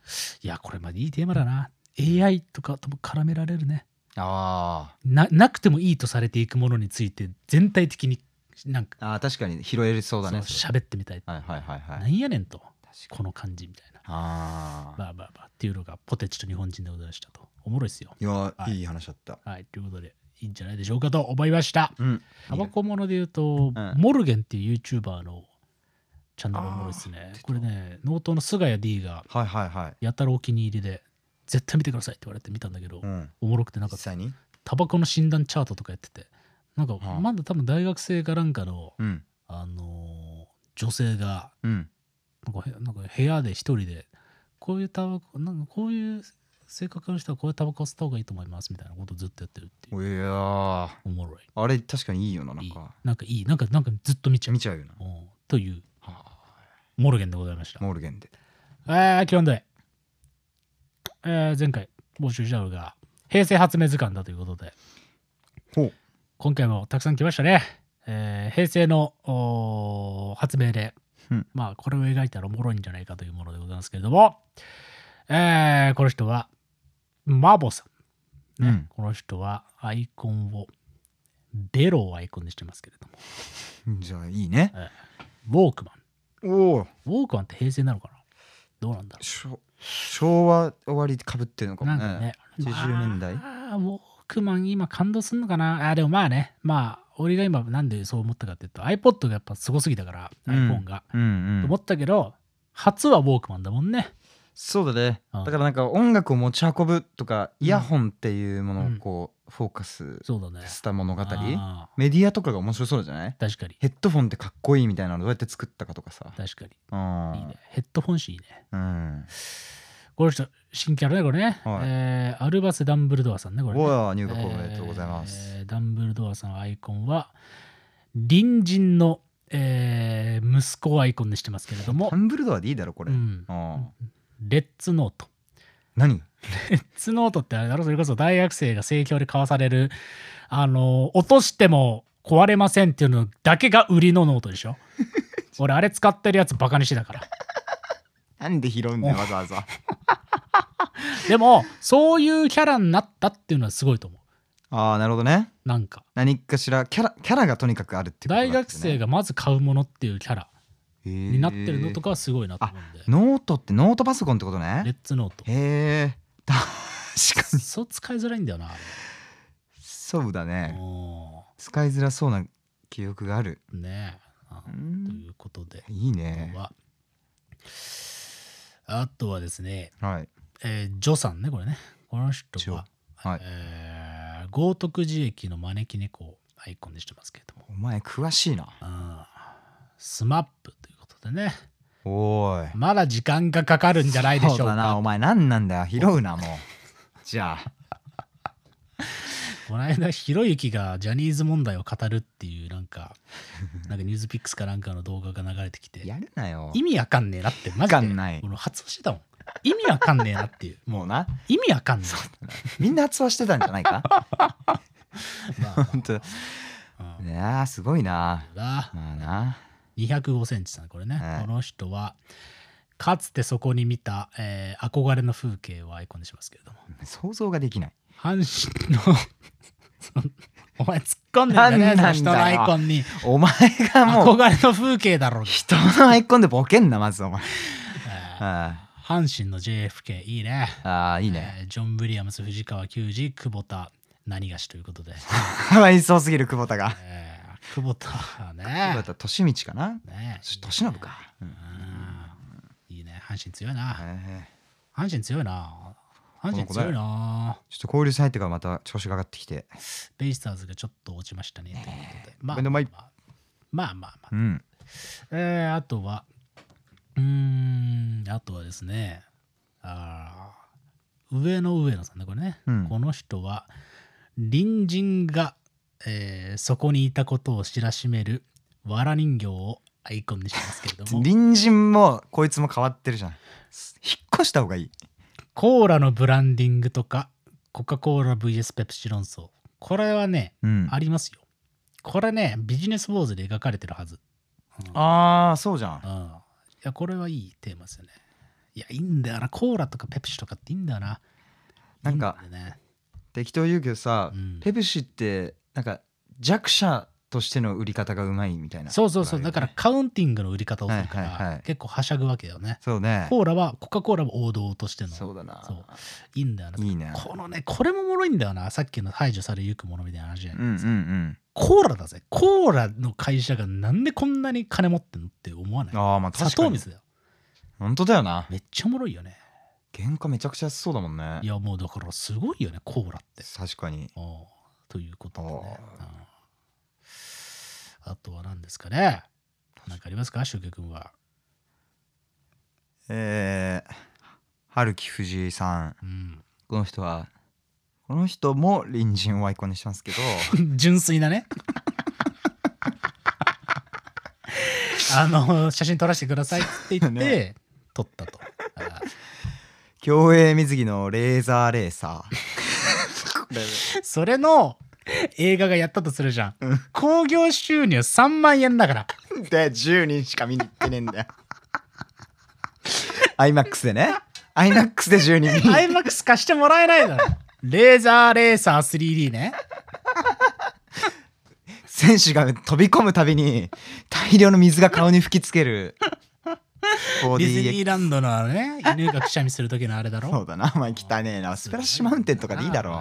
いやこれまでいいテーマだな。 AI とかとも絡められるね。 あなくてもいいとされていくものについて全体的になんか確かに拾えそうだね。 喋ってみたい。 はいはいはいはい。 なんやねんとこの感じみたいな。 まあっていうのがポテチと日本人でございましたと。おもろいですよ。 いや、いい話だった。 はい、ということでいいんじゃないでしょうかと思いました。タバコもので言うと、モルゲンっていう YouTuber のチャンネルおもろいですね。これね、ノートの菅谷 D がやたらお気に入りで絶対見てくださいって言われて見たんだけど、おもろくてなんかタバコの診断チャートとかやってて、なんかまだ多分大学生かなんかの、女性が、なんか部屋で一人でこういうタバコなんかこういう性格の人はこういうタバコを吸った方がいいと思いますみたいなことをずっとやってるっていう。 いやおもろい。 あれ確かにいいよな。なんかいいなんかずっと見ちゃうよな。 というモルゲンでございました。 モルゲンで。 基本で、前回募集したのが平成発明図鑑だということで、今回もたくさん来ましたね。平成の発明で、まあこれを描いたらおもろいんじゃないかというものでございますけれども、この人はマボさん、この人はアイコンをベロをアイコンにしてますけれども、じゃあいいね。 ウォークマン。 ウォークマンって平成なのかな。どうなんだろう。昭和終わりかぶってるのかもね。80年代。 ウォークマン今感動するのかな。でもまあね、俺が今なんでそう思ったかっていうと iPod がやっぱすごすぎたから、iPhone が、と思ったけど初はウォークマンだもんね。 そうだね。だからなんか音楽を持ち運ぶとか、イヤホンっていうものをこうフォーカスした物語、メディアとかが面白そうじゃない？ 確かに。 ヘッドフォンってかっこいいみたいなのどうやって作ったかとかさ。 確かに。いいね。ヘッドフォン誌いいね。この人新キャラねこれね。アルバス・ダンブルドアさんねこれね。 入学おめでとうございます。 ダンブルドアさんのアイコンは隣人の息子をアイコンにしてますけれども。 ダンブルドアでいいだろこれ。 レッツノート。 何？ レッツノートってあれだろ、それこそ大学生が生協で交わされる落としても壊れませんっていうのだけが売りのノートでしょ。俺あれ使ってるやつバカにしてたから。 なんで拾うんだよわざわざ。 でもそういうキャラになったっていうのはすごいと思う。 なるほどね。 なんか何かしらキャラがとにかくあるっていうことだってね。 大学生がまず買うものっていうキャラになってるのとかはすごいなと思うんで。 ノートってノートパソコンってことね。 レッツノート。 へえ。確かに。 そう使いづらいんだよな。 そうだね。使いづらそうな記憶がある。 ねということで。 いいね。 あとはですね。ジョさんねこれね。この人は豪徳寺駅の招き猫をアイコンにしてますけれども。 お前詳しいな。 スマップということでね。 おい。 まだ時間がかかるんじゃないでしょうか。 そうだな。お前何なんだよ。拾うなもう。じゃあ。 この間ひろゆきがジャニーズ問題を語るっていうなんかニュースピックスかなんかの動画が流れてきて。 やるなよ。 意味わかんねえなってマジで。この発話してたもん。意味わかんねえなっていう。 もうな。 意味わかんねえ。みんな発話してたんじゃないか。本当。いやすごいな。まあな。 205センチさんこれね、この人はかつてそこに見た、憧れの風景をアイコンにしますけれども。 想像ができない。 阪神のお前突っ込んでんだね、その人のアイコンに。 お前がもう憧れの風景だろう。 人のアイコンでボケんなまずお前。 阪神の JFK いいね。 いいね。 ジョン・ウィリアムス、藤川球児、久保田何がしということで。 かわいそうすぎる久保田が。 久保田ね。 久保田利道かな。利信か。 いいね。阪神強いな。阪神強いな。阪神強いな。 ちょっと交流戦入ってからまた調子が上がってきて。 ベイスターズがちょっと落ちましたねということで。 まあ。あとはですね。上野さんねこれね。この人は隣人がそこにいたことを知らしめるわら人形をアイコンにしてますけれども。 隣人もこいつも変わってるじゃん。引っ越した方がいい。 コーラのブランディングとかコカ・コーラ VS ペプシ論争、これはね、ありますよ。これねビジネスウォーズで描かれてるはず。 そうじゃん。 いやこれはいいテーマですよね。 いやいいんだよな、コーラとかペプシとかっていいんだよな。 なんかいいんだよね、 適当言うけどさ、ペプシってなんか弱者としての売り方がうまいみたいな。 そうそうそう、だからカウンティングの売り方をするから、結構はしゃぐわけよね。 そうね。 コカ・コーラは王道としての。 そうだな。 そういいんだよな。 いいね。 このね、これもおもろいんだよな。さっきの排除されゆくものみたいな話じゃないですか。コーラだぜ。コーラの会社がなんでこんなに金持ってんのって思わない？ ああ、まあ確かに。 砂糖水だよ。 本当だよな。 めっちゃおもろいよね。 原価めちゃくちゃ安そうだもんね。 いやもうだからすごいよね、コーラって。 確かに。 ということでね。あとは何ですかね。何かありますか、シュウケ君は。 春樹藤井さん、この人も隣人をアイコンにしてますけど純粋なね写真撮らせてくださいって言って、ね、撮ったと。 競泳水着のレーザーレーサーそれの映画がやったとするじゃん、興行収入3万円だからで10人しか見に行ってねえんだよIMAX でね、IMAX で10人見に IMAX 貸してもらえないだろレーザーレーサー 3D ね選手が飛び込むたびに大量の水が顔に吹きつけるディズニーランドのね、犬がくしゃみする時のあれだろ。 そうだな、お前汚ねえな。スプラッシュマウンテンとかでいいだろう。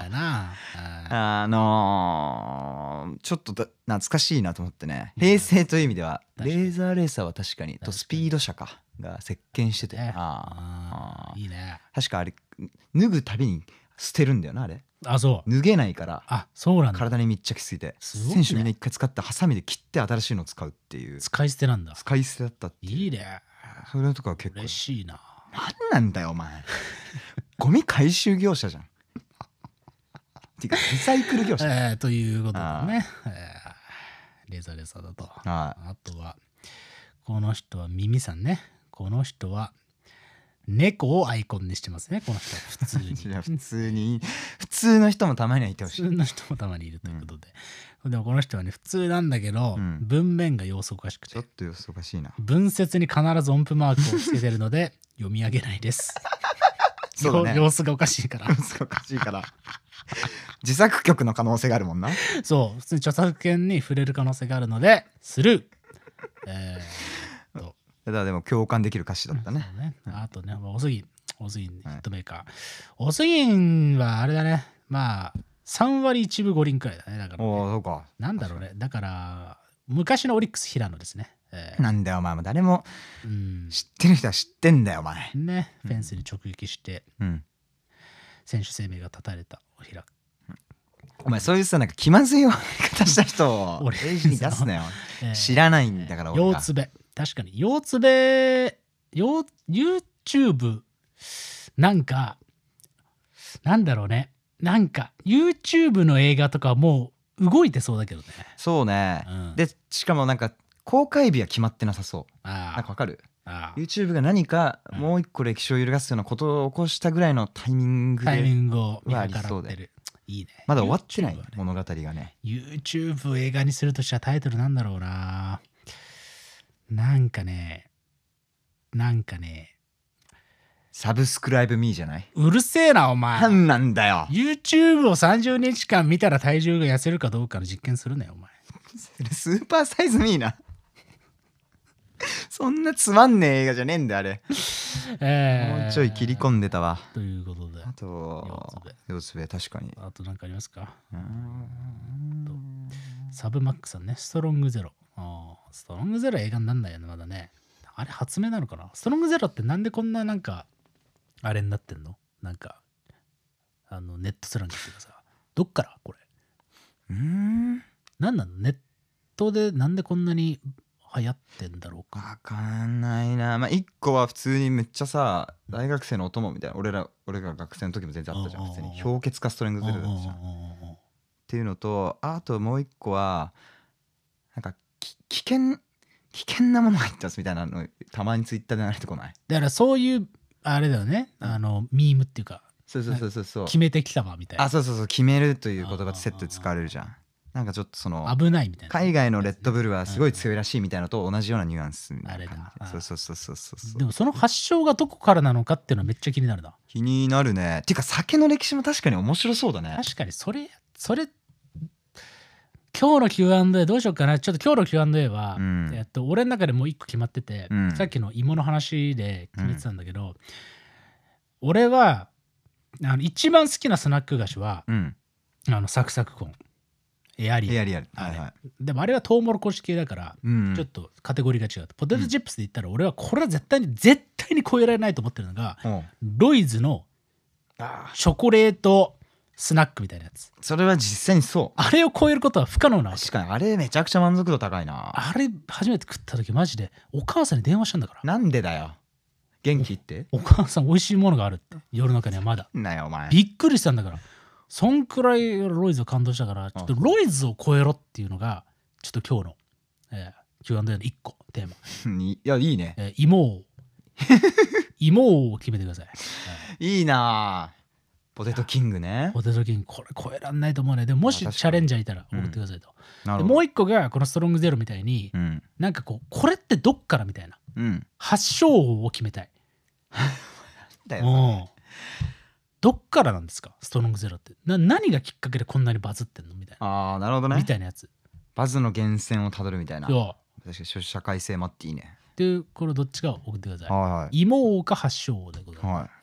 ちょっと懐かしいなと思ってね。平成という意味ではレーザーレーサーは確かにとスピード車かが席巻してて、いいね。 確かあれ脱ぐたびに捨てるんだよな、あれ。 あ、そう。 脱げないから。 あ、そうなんだ。 体に密着しすぎて、選手みんな一回使ってハサミで切って新しいのを使うっていう。 使い捨てなんだ。 使い捨てだったっていう。 いいね。 それとか結構嬉しいな。 なんなんだよお前ゴミ回収業者じゃんてかリサイクル業者、 ということでね、レーザーレーサーだと。あとはこの人は耳さんね。この人は猫をアイコンにしてますね。この人は普通に普通の人もたまにはいてほしい。 普通の人もたまにいるということで、でもこの人はね普通なんだけど、文面が様子おかしくて、 ちょっと様子おかしいな。 文節に必ず音符マークをつけてるので読み上げないですそうだね、 様子がおかしいから自作曲の可能性があるもんな。 そう、普通に著作権に触れる可能性があるのでスルー。 だからでも共感できる歌詞だったね。 あとね、おすぎんヒットメーカー、おすぎんはあれだね、まあ3割1分5厘くらいだね。だから、ね、 そうか。 なんだろうね、だから昔のオリックス平野ですね。 なんだよお前も誰も知ってる人は知ってんだよお前ね。フェンスに直撃して、選手生命が絶たれたおひら。 お前そういうさ、なんか気まずい言い方した人をレジに出すなよ知らないんだから。 腰つべ、確かに腰つべ、YouTube なんかなんだろうね、なんか YouTube の映画とかもう動いてそうだけどね。 そうね、でしかもなんか公開日は決まってなさそう。なんかわかる？YouTube が何かもう一個歴史を揺るがすようなことを起こしたぐらいのタイミングを見計らってる。いいね。 まだ終わってない、物語がね。 YouTube を映画にするとしたらタイトルなんだろうな。なんかねサブスクライブミーじゃない？ うるせえなお前。 なんなんだよ。 YouTube を30日間見たら体重が痩せるかどうかの実験するねお前。 スーパーサイズミーなそんなつまんねえ映画じゃねえんだあれ。もうちょい切り込んでたわ。 ということで、 あと腰つべ確かに。 あと何かありますか？サブマックさんね、ストロングゼロ。ストロングゼロ映画になんないよねまだね。あれ発明なのかな？ストロングゼロってなんでこんななんかあれになってんの？なんかネットスラングっていうかさ、どっからこれ？なんなの？ネットでなんでこんなに流行ってんだろうか。 わかんないな。まあ一個は普通にめっちゃさ、大学生のお供みたいな、俺が学生の時も全然あったじゃん。普通に氷結かストレングゼロだったじゃんっていうのと、あともう一個はなんか危険なものが入ってますみたいなのたまにツイッターで流れてこない？ だからそういうあれだよね、ミームっていうか、 そう決めてきたわみたいな。 そう決めるという言葉ってセットで使われるじゃん。 なんかちょっとその危ないみたいな、 海外のレッドブルはすごい強いらしいみたいなのと同じようなニュアンスみたいな感じ。 あれだ。 そうでもその発祥がどこからなのかっていうのはめっちゃ気になるな。 気になるね。っていうか酒の歴史も確かに面白そうだね。 確かにそれ今日の Q&A どうしようかな。ちょっと今日の Q&A は、俺の中でもう一個決まってて、さっきの芋の話で決めてたんだけど、俺は一番好きなスナック菓子は、サクサクコーンエアリアル、でもあれはトウモロコシ系だから、ちょっとカテゴリーが違う。ポテトチップスで言ったら、俺はこれは絶対に超えられないと思ってるのが、ロイズのチョコレートスナックみたいなやつ。 それは実際にそう。 あれを超えることは不可能なわけ。 確かにあれめちゃくちゃ満足度高いな。 あれ初めて食った時マジでお母さんに電話したんだから。 なんでだよ。元気って。 お母さん美味しいものがあるって世の中にはまだ。 なよお前。 びっくりしたんだから。そんくらいロイズを感動したから、ちょっとロイズを超えろっていうのがちょっと今日の、Q&A の1個テーマ。 いやいいね。 芋を決めてください。 いいな。ポテトキングね。 ポテトキングこれ超えらんないと思うね。でももしチャレンジャーいたら送ってくださいと。でもう一個がこのストロングゼロみたいに、なんかこれってどっからみたいな、発祥を決めたい。 だよ。 どっからなんですかストロングゼロって。何がきっかけでこんなにバズってんのみたいな。 ああなるほどね。 みたいなやつ。 バズの源泉をたどるみたいな。 確かに社会性もあっていいね。 でこれどっちか送ってください。 はい、 芋王か発祥王でございます。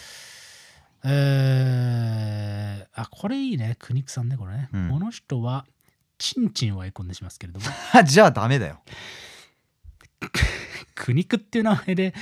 これいいね。クニクさんねこれね。この人はチンチンをアイコンにしますけれども。 じゃあダメだよ。 クニクっていう名前で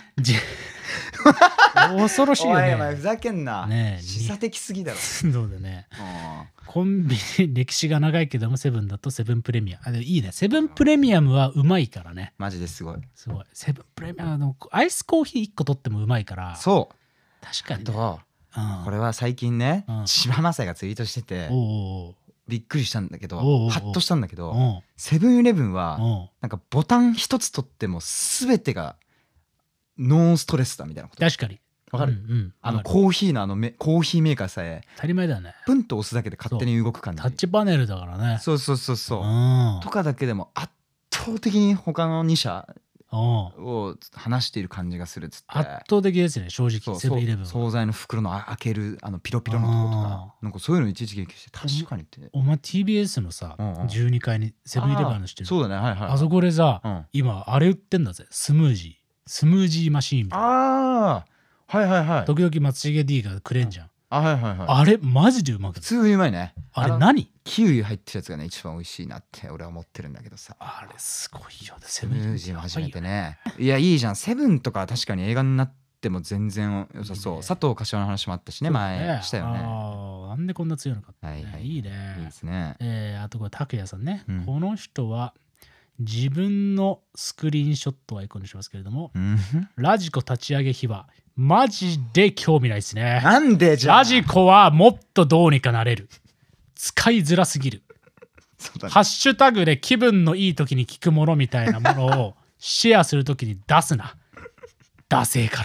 恐ろしいよね。 お前ふざけんな。示唆的すぎだろ。 そうだね。コンビニ歴史が長いけどもセブンだとセブンプレミアム。いいね。セブンプレミアムはうまいからね。 マジですごい。 すごい。セブンプレミアムのアイスコーヒー1個取ってもうまいから。 そう。 確かに、 ね。これは最近ね、柴正也がツイートしててびっくりしたんだけど、ハッとしたんだけど、セブンイレブンはなんかボタン一つ取っても全てがノンストレスだみたいなこと。 確かに。 わかる？コーヒーのコーヒーメーカーさえ当たり前だね。 プンと押すだけで勝手に動く感じ。 タッチパネルだからね。 そうとかだけでも圧倒的に他の2社を話している感じがするっつって。 圧倒的ですね正直。セブンイレブン惣菜の袋の開けるピロピロのとことかなんかそういうのいちいち研究して確かにって。 お前 TBS のさ12階にセブンイレブンのしてる。 そうだね。はいはい。 あそこでさ今あれ売ってんだぜ。スムージーマシーンみたいな。 はい。 時々松重 D がくれんじゃん。 はい。 あれマジでうまくて。 普通にうまいね。 あれ何？ キウイ入ってるやつがね一番美味しいなって俺は思ってるんだけどさ。 あれすごいよね。 スムージーも初めてね。いやいいじゃん。セブンとか確かに映画になっても全然良さそう。佐藤柏の話もあったしね前したよね。 なんでこんな強いのか。いいね。 いいですね。 あとこれ拓也さんね。この人は自分のスクリーンショットをアイコンにしますけれども、ラジコ立ち上げ秘話マジで興味ないですね。 なんでじゃあ。 ラジコはもっとどうにかなれる。使いづらすぎる。ハッシュタグで気分のいい時に聞くものみたいなものをシェアする時に出すな。ダセえから。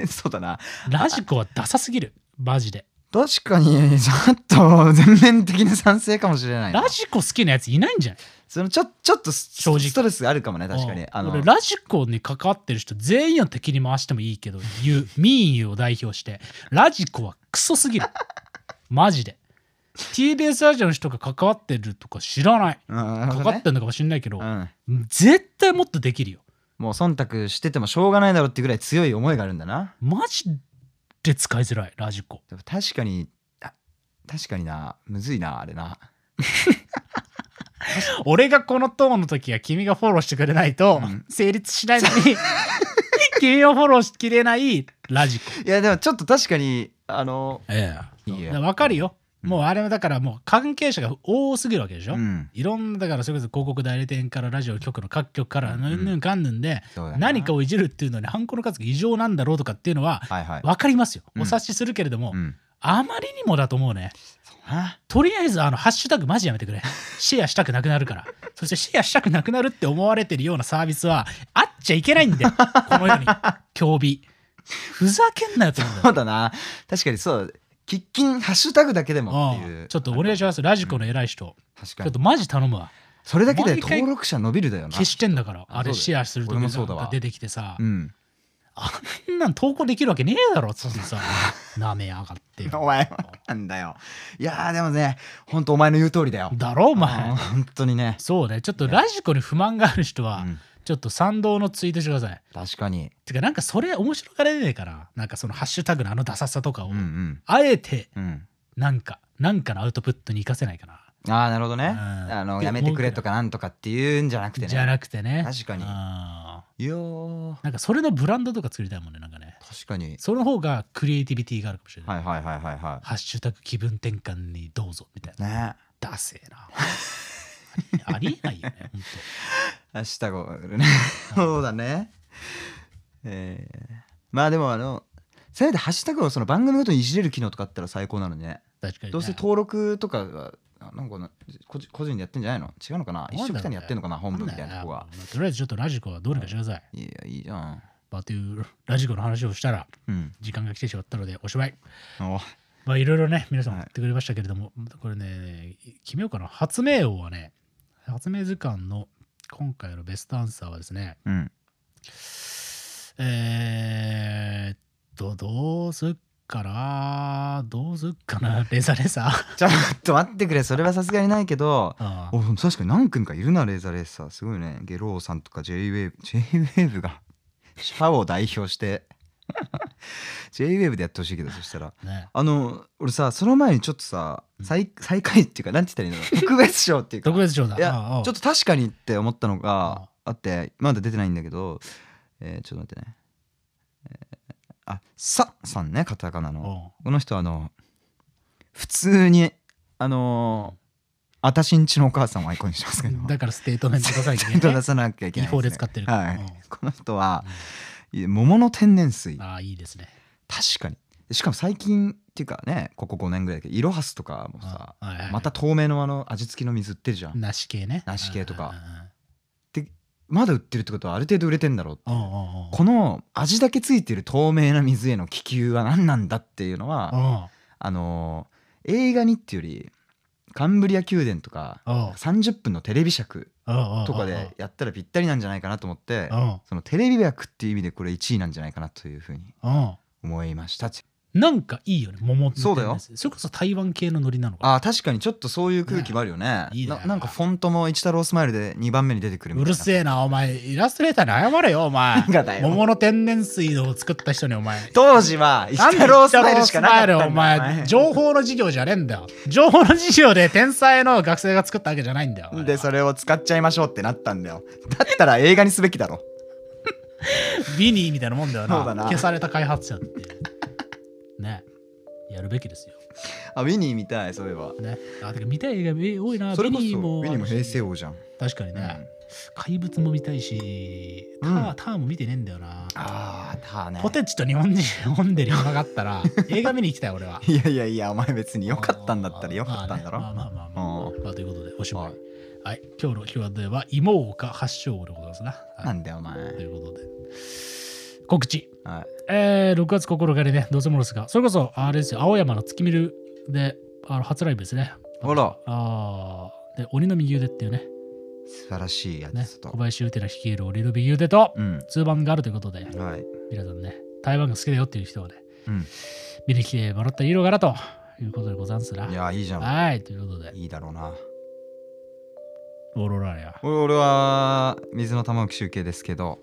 そうだな。 ラジコはダサすぎる。マジで。 確かにちょっと全面的な賛成かもしれない。 ラジコ好きなやついないんじゃない？ ちょっと正直ストレスあるかもね。確かに俺ラジコに関わってる人全員を敵に回してもいいけど民意を代表してラジコはクソすぎる。マジで TBS ラジオの人が関わってるとか知らない。関わってるのかもしれないけど、絶対もっとできるよ。 もう忖度しててもしょうがないだろうっていうぐらい強い思いがあるんだな。 マジで使いづらいラジコ。 確かにな。むずいなあれな。 俺がこのトーンの時は君がフォローしてくれないと成立しないのに、君をフォローしきれないラジコ。 いやでもちょっと確かに分かるよ。もうあれはだからもう関係者が多すぎるわけでしょ。いろんなだからそれこそ広告代理店からラジオ局の各局からうんぬんかんぬんで何かをいじるっていうのにハンコの数が異常なんだろうとかっていうのは分かりますよ。お察しするけれども、あまりにもだと思うね。とりあえずハッシュタグマジやめてくれ。シェアしたくなくなるから。そしてシェアしたくなくなるって思われてるようなサービスはあっちゃいけないんだよ。この世に。競技ふざけんなよと思うんだよ。 そうだな。確かにそう。 喫緊ハッシュタグだけでもっていう。 ちょっとお願いします。ラジコの偉い人。 確かに。 ちょっとマジ頼むわ。 それだけで登録者伸びるだよな。 消してんだから。あれシェアするときが出てきてさ。あんなん投稿できるわけねえだろっつってさ。なめやがって。 お前なんだよ。いやでもね、ほんとお前の言う通りだよ。 だろお前。 本当にね。 そうね。ちょっとラジコに不満がある人は、ちょっと賛同のツイートしてください。 確かに。 てかなんかそれ面白がれねえから、なんかそのハッシュタグのあのダサさとかを、あえて、なんかのアウトプットに活かせないかな。 ああ、なるほどね。やめてくれとかなんとかっていうんじゃなくてね。 じゃなくてね。 確かに。いやなんかそれのブランドとか作りたいもんね、なんかね。 確かに。 その方がクリエイティビティがあるかもしれない。 はい。 ハッシュタグ気分転換にどうぞみたいな。 ね。 ダセーな。ありえないよね、ほんと。 ハッシュタグね。そうだね。まあでもせめてハッシュタグをその番組ごとにいじれる機能とかあったら最高なのね。 確かに。 どうせ登録とかがなんか個人でやってんじゃないの？違うのかな？一緒くたにやってんのかな、本部みたいなとこは。 とりあえずちょっとラジコはどうにかしてください。 いや、いいじゃん。 というラジコの話をしたら、時間が来てしまったのでおしまい。まあいろいろね、皆さん言ってくれましたけれども、これね、決めようかな。発明王はね、発明図鑑の今回のベストアンサーはですね、どうすっかなレザレサちょっと待ってくれ、それはさすがにないけど、確かに何組かいるな、レーザーレーサー。すごいね。ゲローさんとか J-WAVE がシャを代表してJ-WAVE でやってほしいけど、そしたら、ね、俺さ、その前にちょっとさ、最下位っていうか、なんて言ったらいいの、特別賞っていうか、 特別賞だ。 いや、ちょっと確かにって思ったのがあって、まだ出てないんだけど、ちょっと待ってね。さんね、カタカナの。この人普通にあたしんちのお母さんをアイコンにしてますけど、 だからステートメント出さなきゃいけない、 ステート出さなきゃいけない、 違法で使ってるから、 この人は桃の天然水。 いいですね。 確かに。しかも最近っていうかね、ここ5年ぐらいだけど、イロハスとかもさ、また透明の味付きの水売ってるじゃん。 梨系ね。 梨系とかでまだ売ってるってことはある程度売れてんだろうって。この味だけついてる透明な水への気球は何なんだっていうのは、映画にっていうよりカンブリア宮殿とか30分のテレビ尺とかでやったらぴったりなんじゃないかなと思って、そのテレビ枠っていう意味でこれ1位なんじゃないかなというふうに思いました。 なんかいいよね、桃って。 そうだよ。 それこそ台湾系のノリなのかな。 確かにちょっとそういう空気もあるよね。なんかフォントも一太郎スマイルで2番目に出てくるみたいな。 うるせえな、お前イラストレーターに謝れよ、お前。桃の天然水を作った人に、お前当時は一太郎スマイルしかなかったんだよ。 お前情報の授業じゃねえんだよ。情報の授業で天才の学生が作ったわけじゃないんだよ。 でそれを使っちゃいましょうってなったんだよ。だったら映画にすべきだろ。 ビニーみたいなもんだよな。消された開発者ってね、やるべきですよ。 ウィニー見たい、そういえばね。てか見たい映画多いな。 それこそウィニーも平成王じゃん。 確かにね。怪物も見たいし、ターも見てねえんだよな。 ターね。 ポテチと日本人飲んでる暇があったら映画見に行きたい俺は。 いやお前別によかったんだったらよかったんだろ。 まあということでおしまい。はい、今日のQ&Aは芋岡発祥でございますな。 なんだよお前。 ということで告知。6月9日にね、どうせものですが、それこそあれですよ、青山の月見るで初ライブですね。 ほら。 で、鬼の右腕っていうね、 素晴らしいやつと、 小林優手の率いる鬼の右腕と、通番があるということで、皆さんね、台湾が好きだよっていう人はね、見に来てもらったらいいのかなということでございますな。 いや、いいじゃん。 はい、ということで。 いいだろうな。 オロラや。 俺は水の玉置集計ですけど、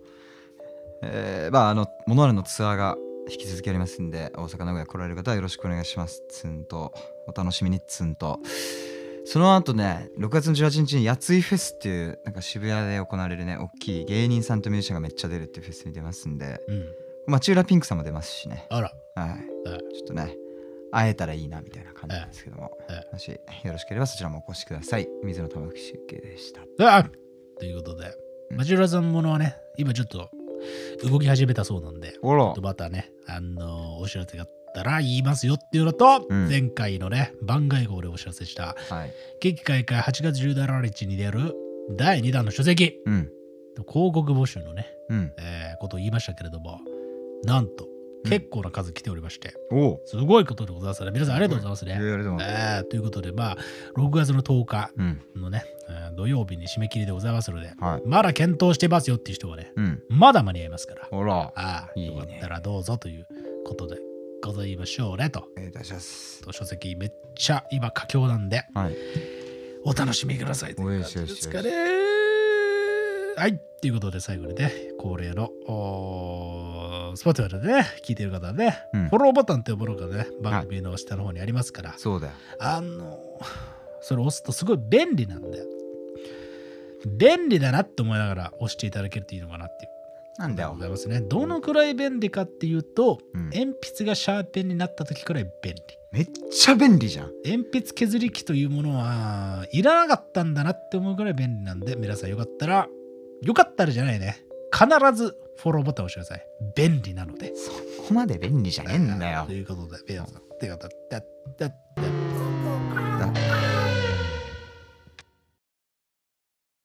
モノアルのツアーが引き続きありますんで、大阪名古屋来られる方はよろしくお願いします。つんとお楽しみに。つんとその後ね、6月の18日にやついフェスっていうなんか渋谷で行われるね、大きい芸人さんとミュージシャンがめっちゃ出るっていうフェスに出ますんで、チューラピンクさんも出ますしね。 あら、 ちょっとね、会えたらいいなみたいな感じなんですけども、もしよろしければそちらもお越しください。水の玉置集計でした。 ということで、マチュラさんものはね、今ちょっと動き始めたそうなんで、またね、お知らせがあったら言いますよっていうのと、前回のね、番外号でお知らせした、劇開会8月17日に出る第2弾の書籍、広告募集のね、ことを言いましたけれども、なんと結構な数来ておりまして、すごいことでございますね。皆さんありがとうございますね。ということで6月の10日のね、土曜日に締め切りでございますので、まだ検討してますよっていう人はね、まだ間に合いますから、よかったらどうぞということでございましょうねと。書籍めっちゃ今佳境なんで、お楽しみくださいという感じですかね。はい、ということで最後にね、恒例のSpotify でね、聞いてる方はね、フォローボタンっていうものがね、番組の下の方にありますから、 そうだよ。 それを押すとすごい便利なんで、便利だなって思いながら押していただけるといいのかなっていう。 なんだよ。 ございますね。どのくらい便利かっていうと、鉛筆がシャーペンになった時くらい便利。 めっちゃ便利じゃん。 鉛筆削り器というものはいらなかったんだなって思うくらい便利なんで、皆さんよかったらじゃないね。必ずフォローボタンを押してください。便利なので。 そこまで便利じゃねえんだよ。 ということで、皆さん、手がたった。